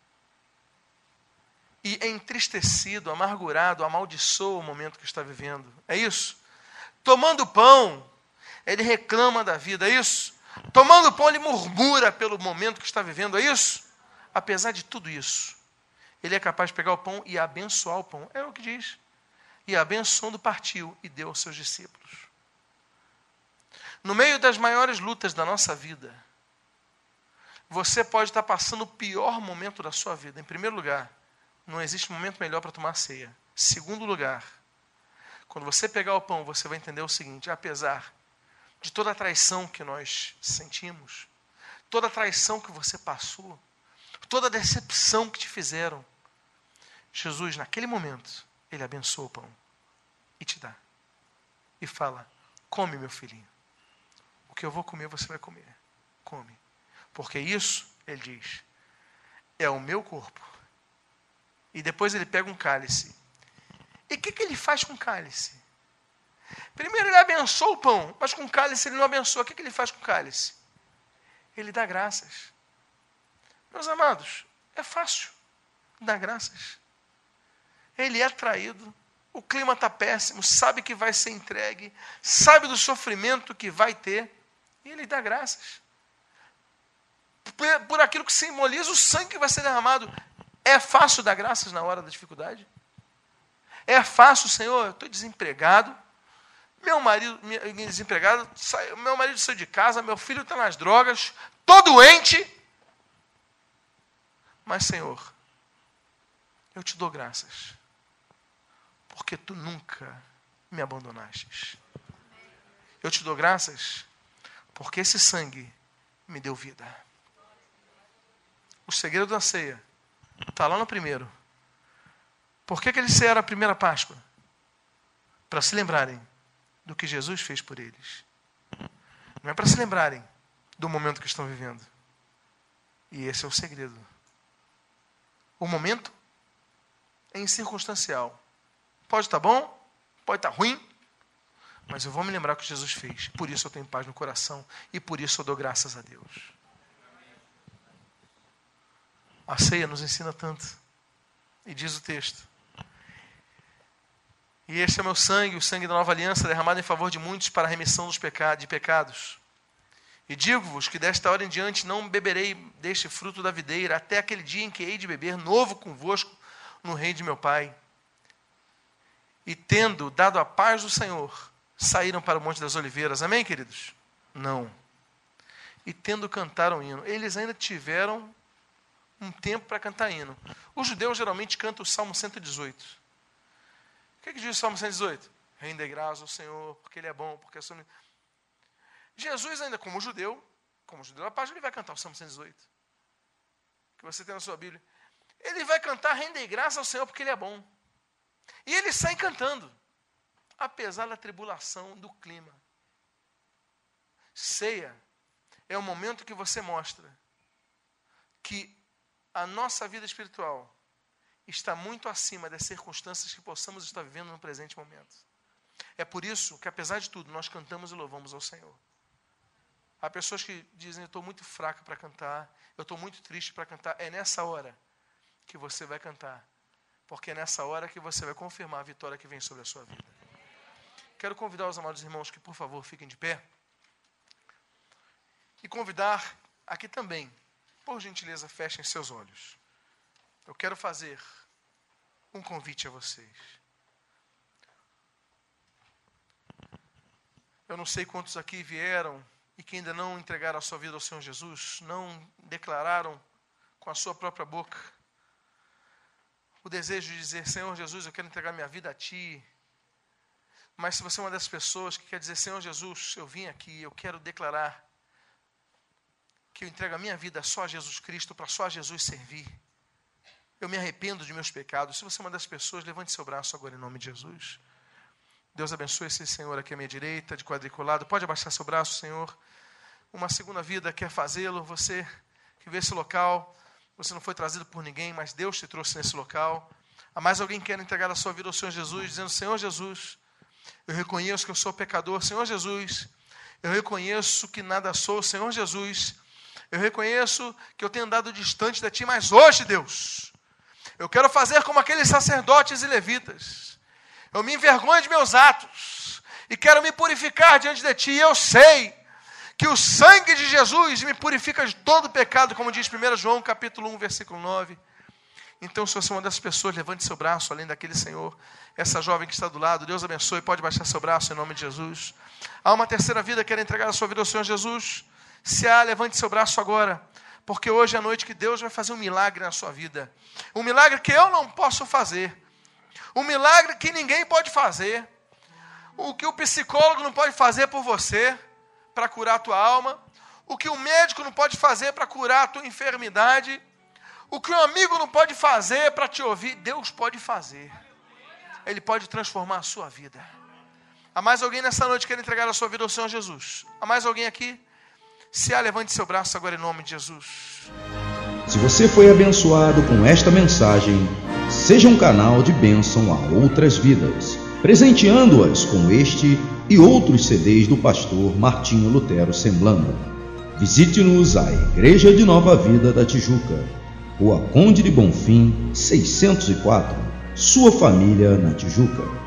e entristecido, amargurado, amaldiçoa o momento que está vivendo. É isso? Tomando o pão, ele reclama da vida. É isso? Tomando o pão, ele murmura pelo momento que está vivendo. É isso? Apesar de tudo isso, ele é capaz de pegar o pão e abençoar o pão. É o que diz. E abençoando, partiu e deu aos seus discípulos. No meio das maiores lutas da nossa vida, você pode estar passando o pior momento da sua vida. Em primeiro lugar, não existe momento melhor para tomar ceia. Segundo lugar, quando você pegar o pão, você vai entender o seguinte, apesar de toda a traição que nós sentimos, toda a traição que você passou, toda a decepção que te fizeram, Jesus, naquele momento, ele abençoa o pão e te dá. E fala, come, meu filhinho. O que eu vou comer, você vai comer. Come. Porque isso, ele diz, é o meu corpo. E depois ele pega um cálice. E o que ele faz com o cálice? Primeiro ele abençoa o pão, mas com o cálice ele não abençoa. O que ele faz com o cálice? Ele dá graças. Meus amados, é fácil dar graças. Ele é traído, o clima está péssimo, sabe que vai ser entregue, sabe do sofrimento que vai ter, e ele dá graças. Por aquilo que simboliza o sangue que vai ser derramado. É fácil dar graças na hora da dificuldade? É fácil, Senhor, eu estou desempregado, meu marido desempregado, meu marido saiu de casa, meu filho está nas drogas, estou doente. Mas, Senhor, eu te dou graças, porque tu nunca me abandonaste. Eu te dou graças, porque esse sangue me deu vida. O segredo da ceia está lá no primeiro. Por que eles cearam a primeira Páscoa? Para se lembrarem do que Jesus fez por eles. Não é para se lembrarem do momento que estão vivendo. E esse é o segredo. O momento é incircunstancial. Pode estar bom, pode estar ruim, mas eu vou me lembrar o que Jesus fez. Por isso eu tenho paz no coração e por isso eu dou graças a Deus. A ceia nos ensina tanto. E diz o texto. E este é meu sangue, o sangue da nova aliança, derramado em favor de muitos para a remissão dos pecados. E digo-vos que desta hora em diante não beberei deste fruto da videira, até aquele dia em que hei de beber novo convosco no reino de meu Pai. e tendo dado a paz do Senhor, saíram para o Monte das Oliveiras. Amém, queridos? Não. E tendo cantado um hino. Eles ainda tiveram um tempo para cantar hino. Os judeus geralmente cantam o Salmo 118. O que diz o Salmo 118? Rende graças ao Senhor, porque Ele é bom, porque é só... Jesus ainda, como judeu da paz, ele vai cantar o Salmo 118. Que você tem na sua Bíblia. Ele vai cantar rende graças ao Senhor, porque Ele é bom. E ele sai cantando, apesar da tribulação do clima. Ceia é o momento que você mostra que a nossa vida espiritual está muito acima das circunstâncias que possamos estar vivendo no presente momento. É por isso que, apesar de tudo, nós cantamos e louvamos ao Senhor. Há pessoas que dizem, eu estou muito fraca para cantar, eu estou muito triste para cantar. É nessa hora que você vai cantar, porque é nessa hora que você vai confirmar a vitória que vem sobre a sua vida. Quero convidar os amados irmãos que, por favor, fiquem de pé. E convidar aqui também, por gentileza, fechem seus olhos. Eu quero fazer um convite a vocês. Eu não sei quantos aqui vieram e que ainda não entregaram a sua vida ao Senhor Jesus, não declararam com a sua própria boca o desejo de dizer, Senhor Jesus, eu quero entregar minha vida a Ti. Mas se você é uma dessas pessoas que quer dizer, Senhor Jesus, eu vim aqui, eu quero declarar que eu entrego a minha vida só a Jesus Cristo, para só a Jesus servir. Eu me arrependo de meus pecados. Se você é uma dessas pessoas, levante seu braço agora em nome de Jesus. Deus abençoe esse Senhor aqui à minha direita, de quadriculado. Pode abaixar seu braço, Senhor. Uma segunda vida quer fazê-lo. Você que vê esse local, você não foi trazido por ninguém, mas Deus te trouxe nesse local. Há mais alguém que quer entregar a sua vida ao Senhor Jesus, dizendo, Senhor Jesus, eu reconheço que eu sou pecador. Senhor Jesus, eu reconheço que nada sou. Senhor Jesus, eu reconheço que eu tenho andado distante de Ti, mas hoje, Deus, eu quero fazer como aqueles sacerdotes e levitas. Eu me envergonho de meus atos e quero me purificar diante de Ti. E eu sei que o sangue de Jesus me purifica de todo pecado, como diz 1 João capítulo 1, versículo 9. Então, se você é uma dessas pessoas, levante seu braço, além daquele Senhor. Essa jovem que está do lado, Deus abençoe, pode baixar seu braço em nome de Jesus. Há uma terceira vida que quer entregar a sua vida ao Senhor Jesus. Se há, levante seu braço agora, porque hoje é a noite que Deus vai fazer um milagre na sua vida. Um milagre que eu não posso fazer. Um milagre que ninguém pode fazer. O que o psicólogo não pode fazer por você, para curar a tua alma. O que o médico não pode fazer para curar a tua enfermidade. O que um amigo não pode fazer para te ouvir, Deus pode fazer. Ele pode transformar a sua vida. Há mais alguém nessa noite que quer entregar a sua vida ao Senhor Jesus? Há mais alguém aqui? Se há, levante seu braço agora em nome de Jesus. Se você foi abençoado com esta mensagem, seja um canal de bênção a outras vidas, presenteando-as com este e outros CDs do pastor Martinho Lutero Semblando. Visite-nos à Igreja de Nova Vida da Tijuca, Rua Conde de Bonfim, 604, sua família na Tijuca.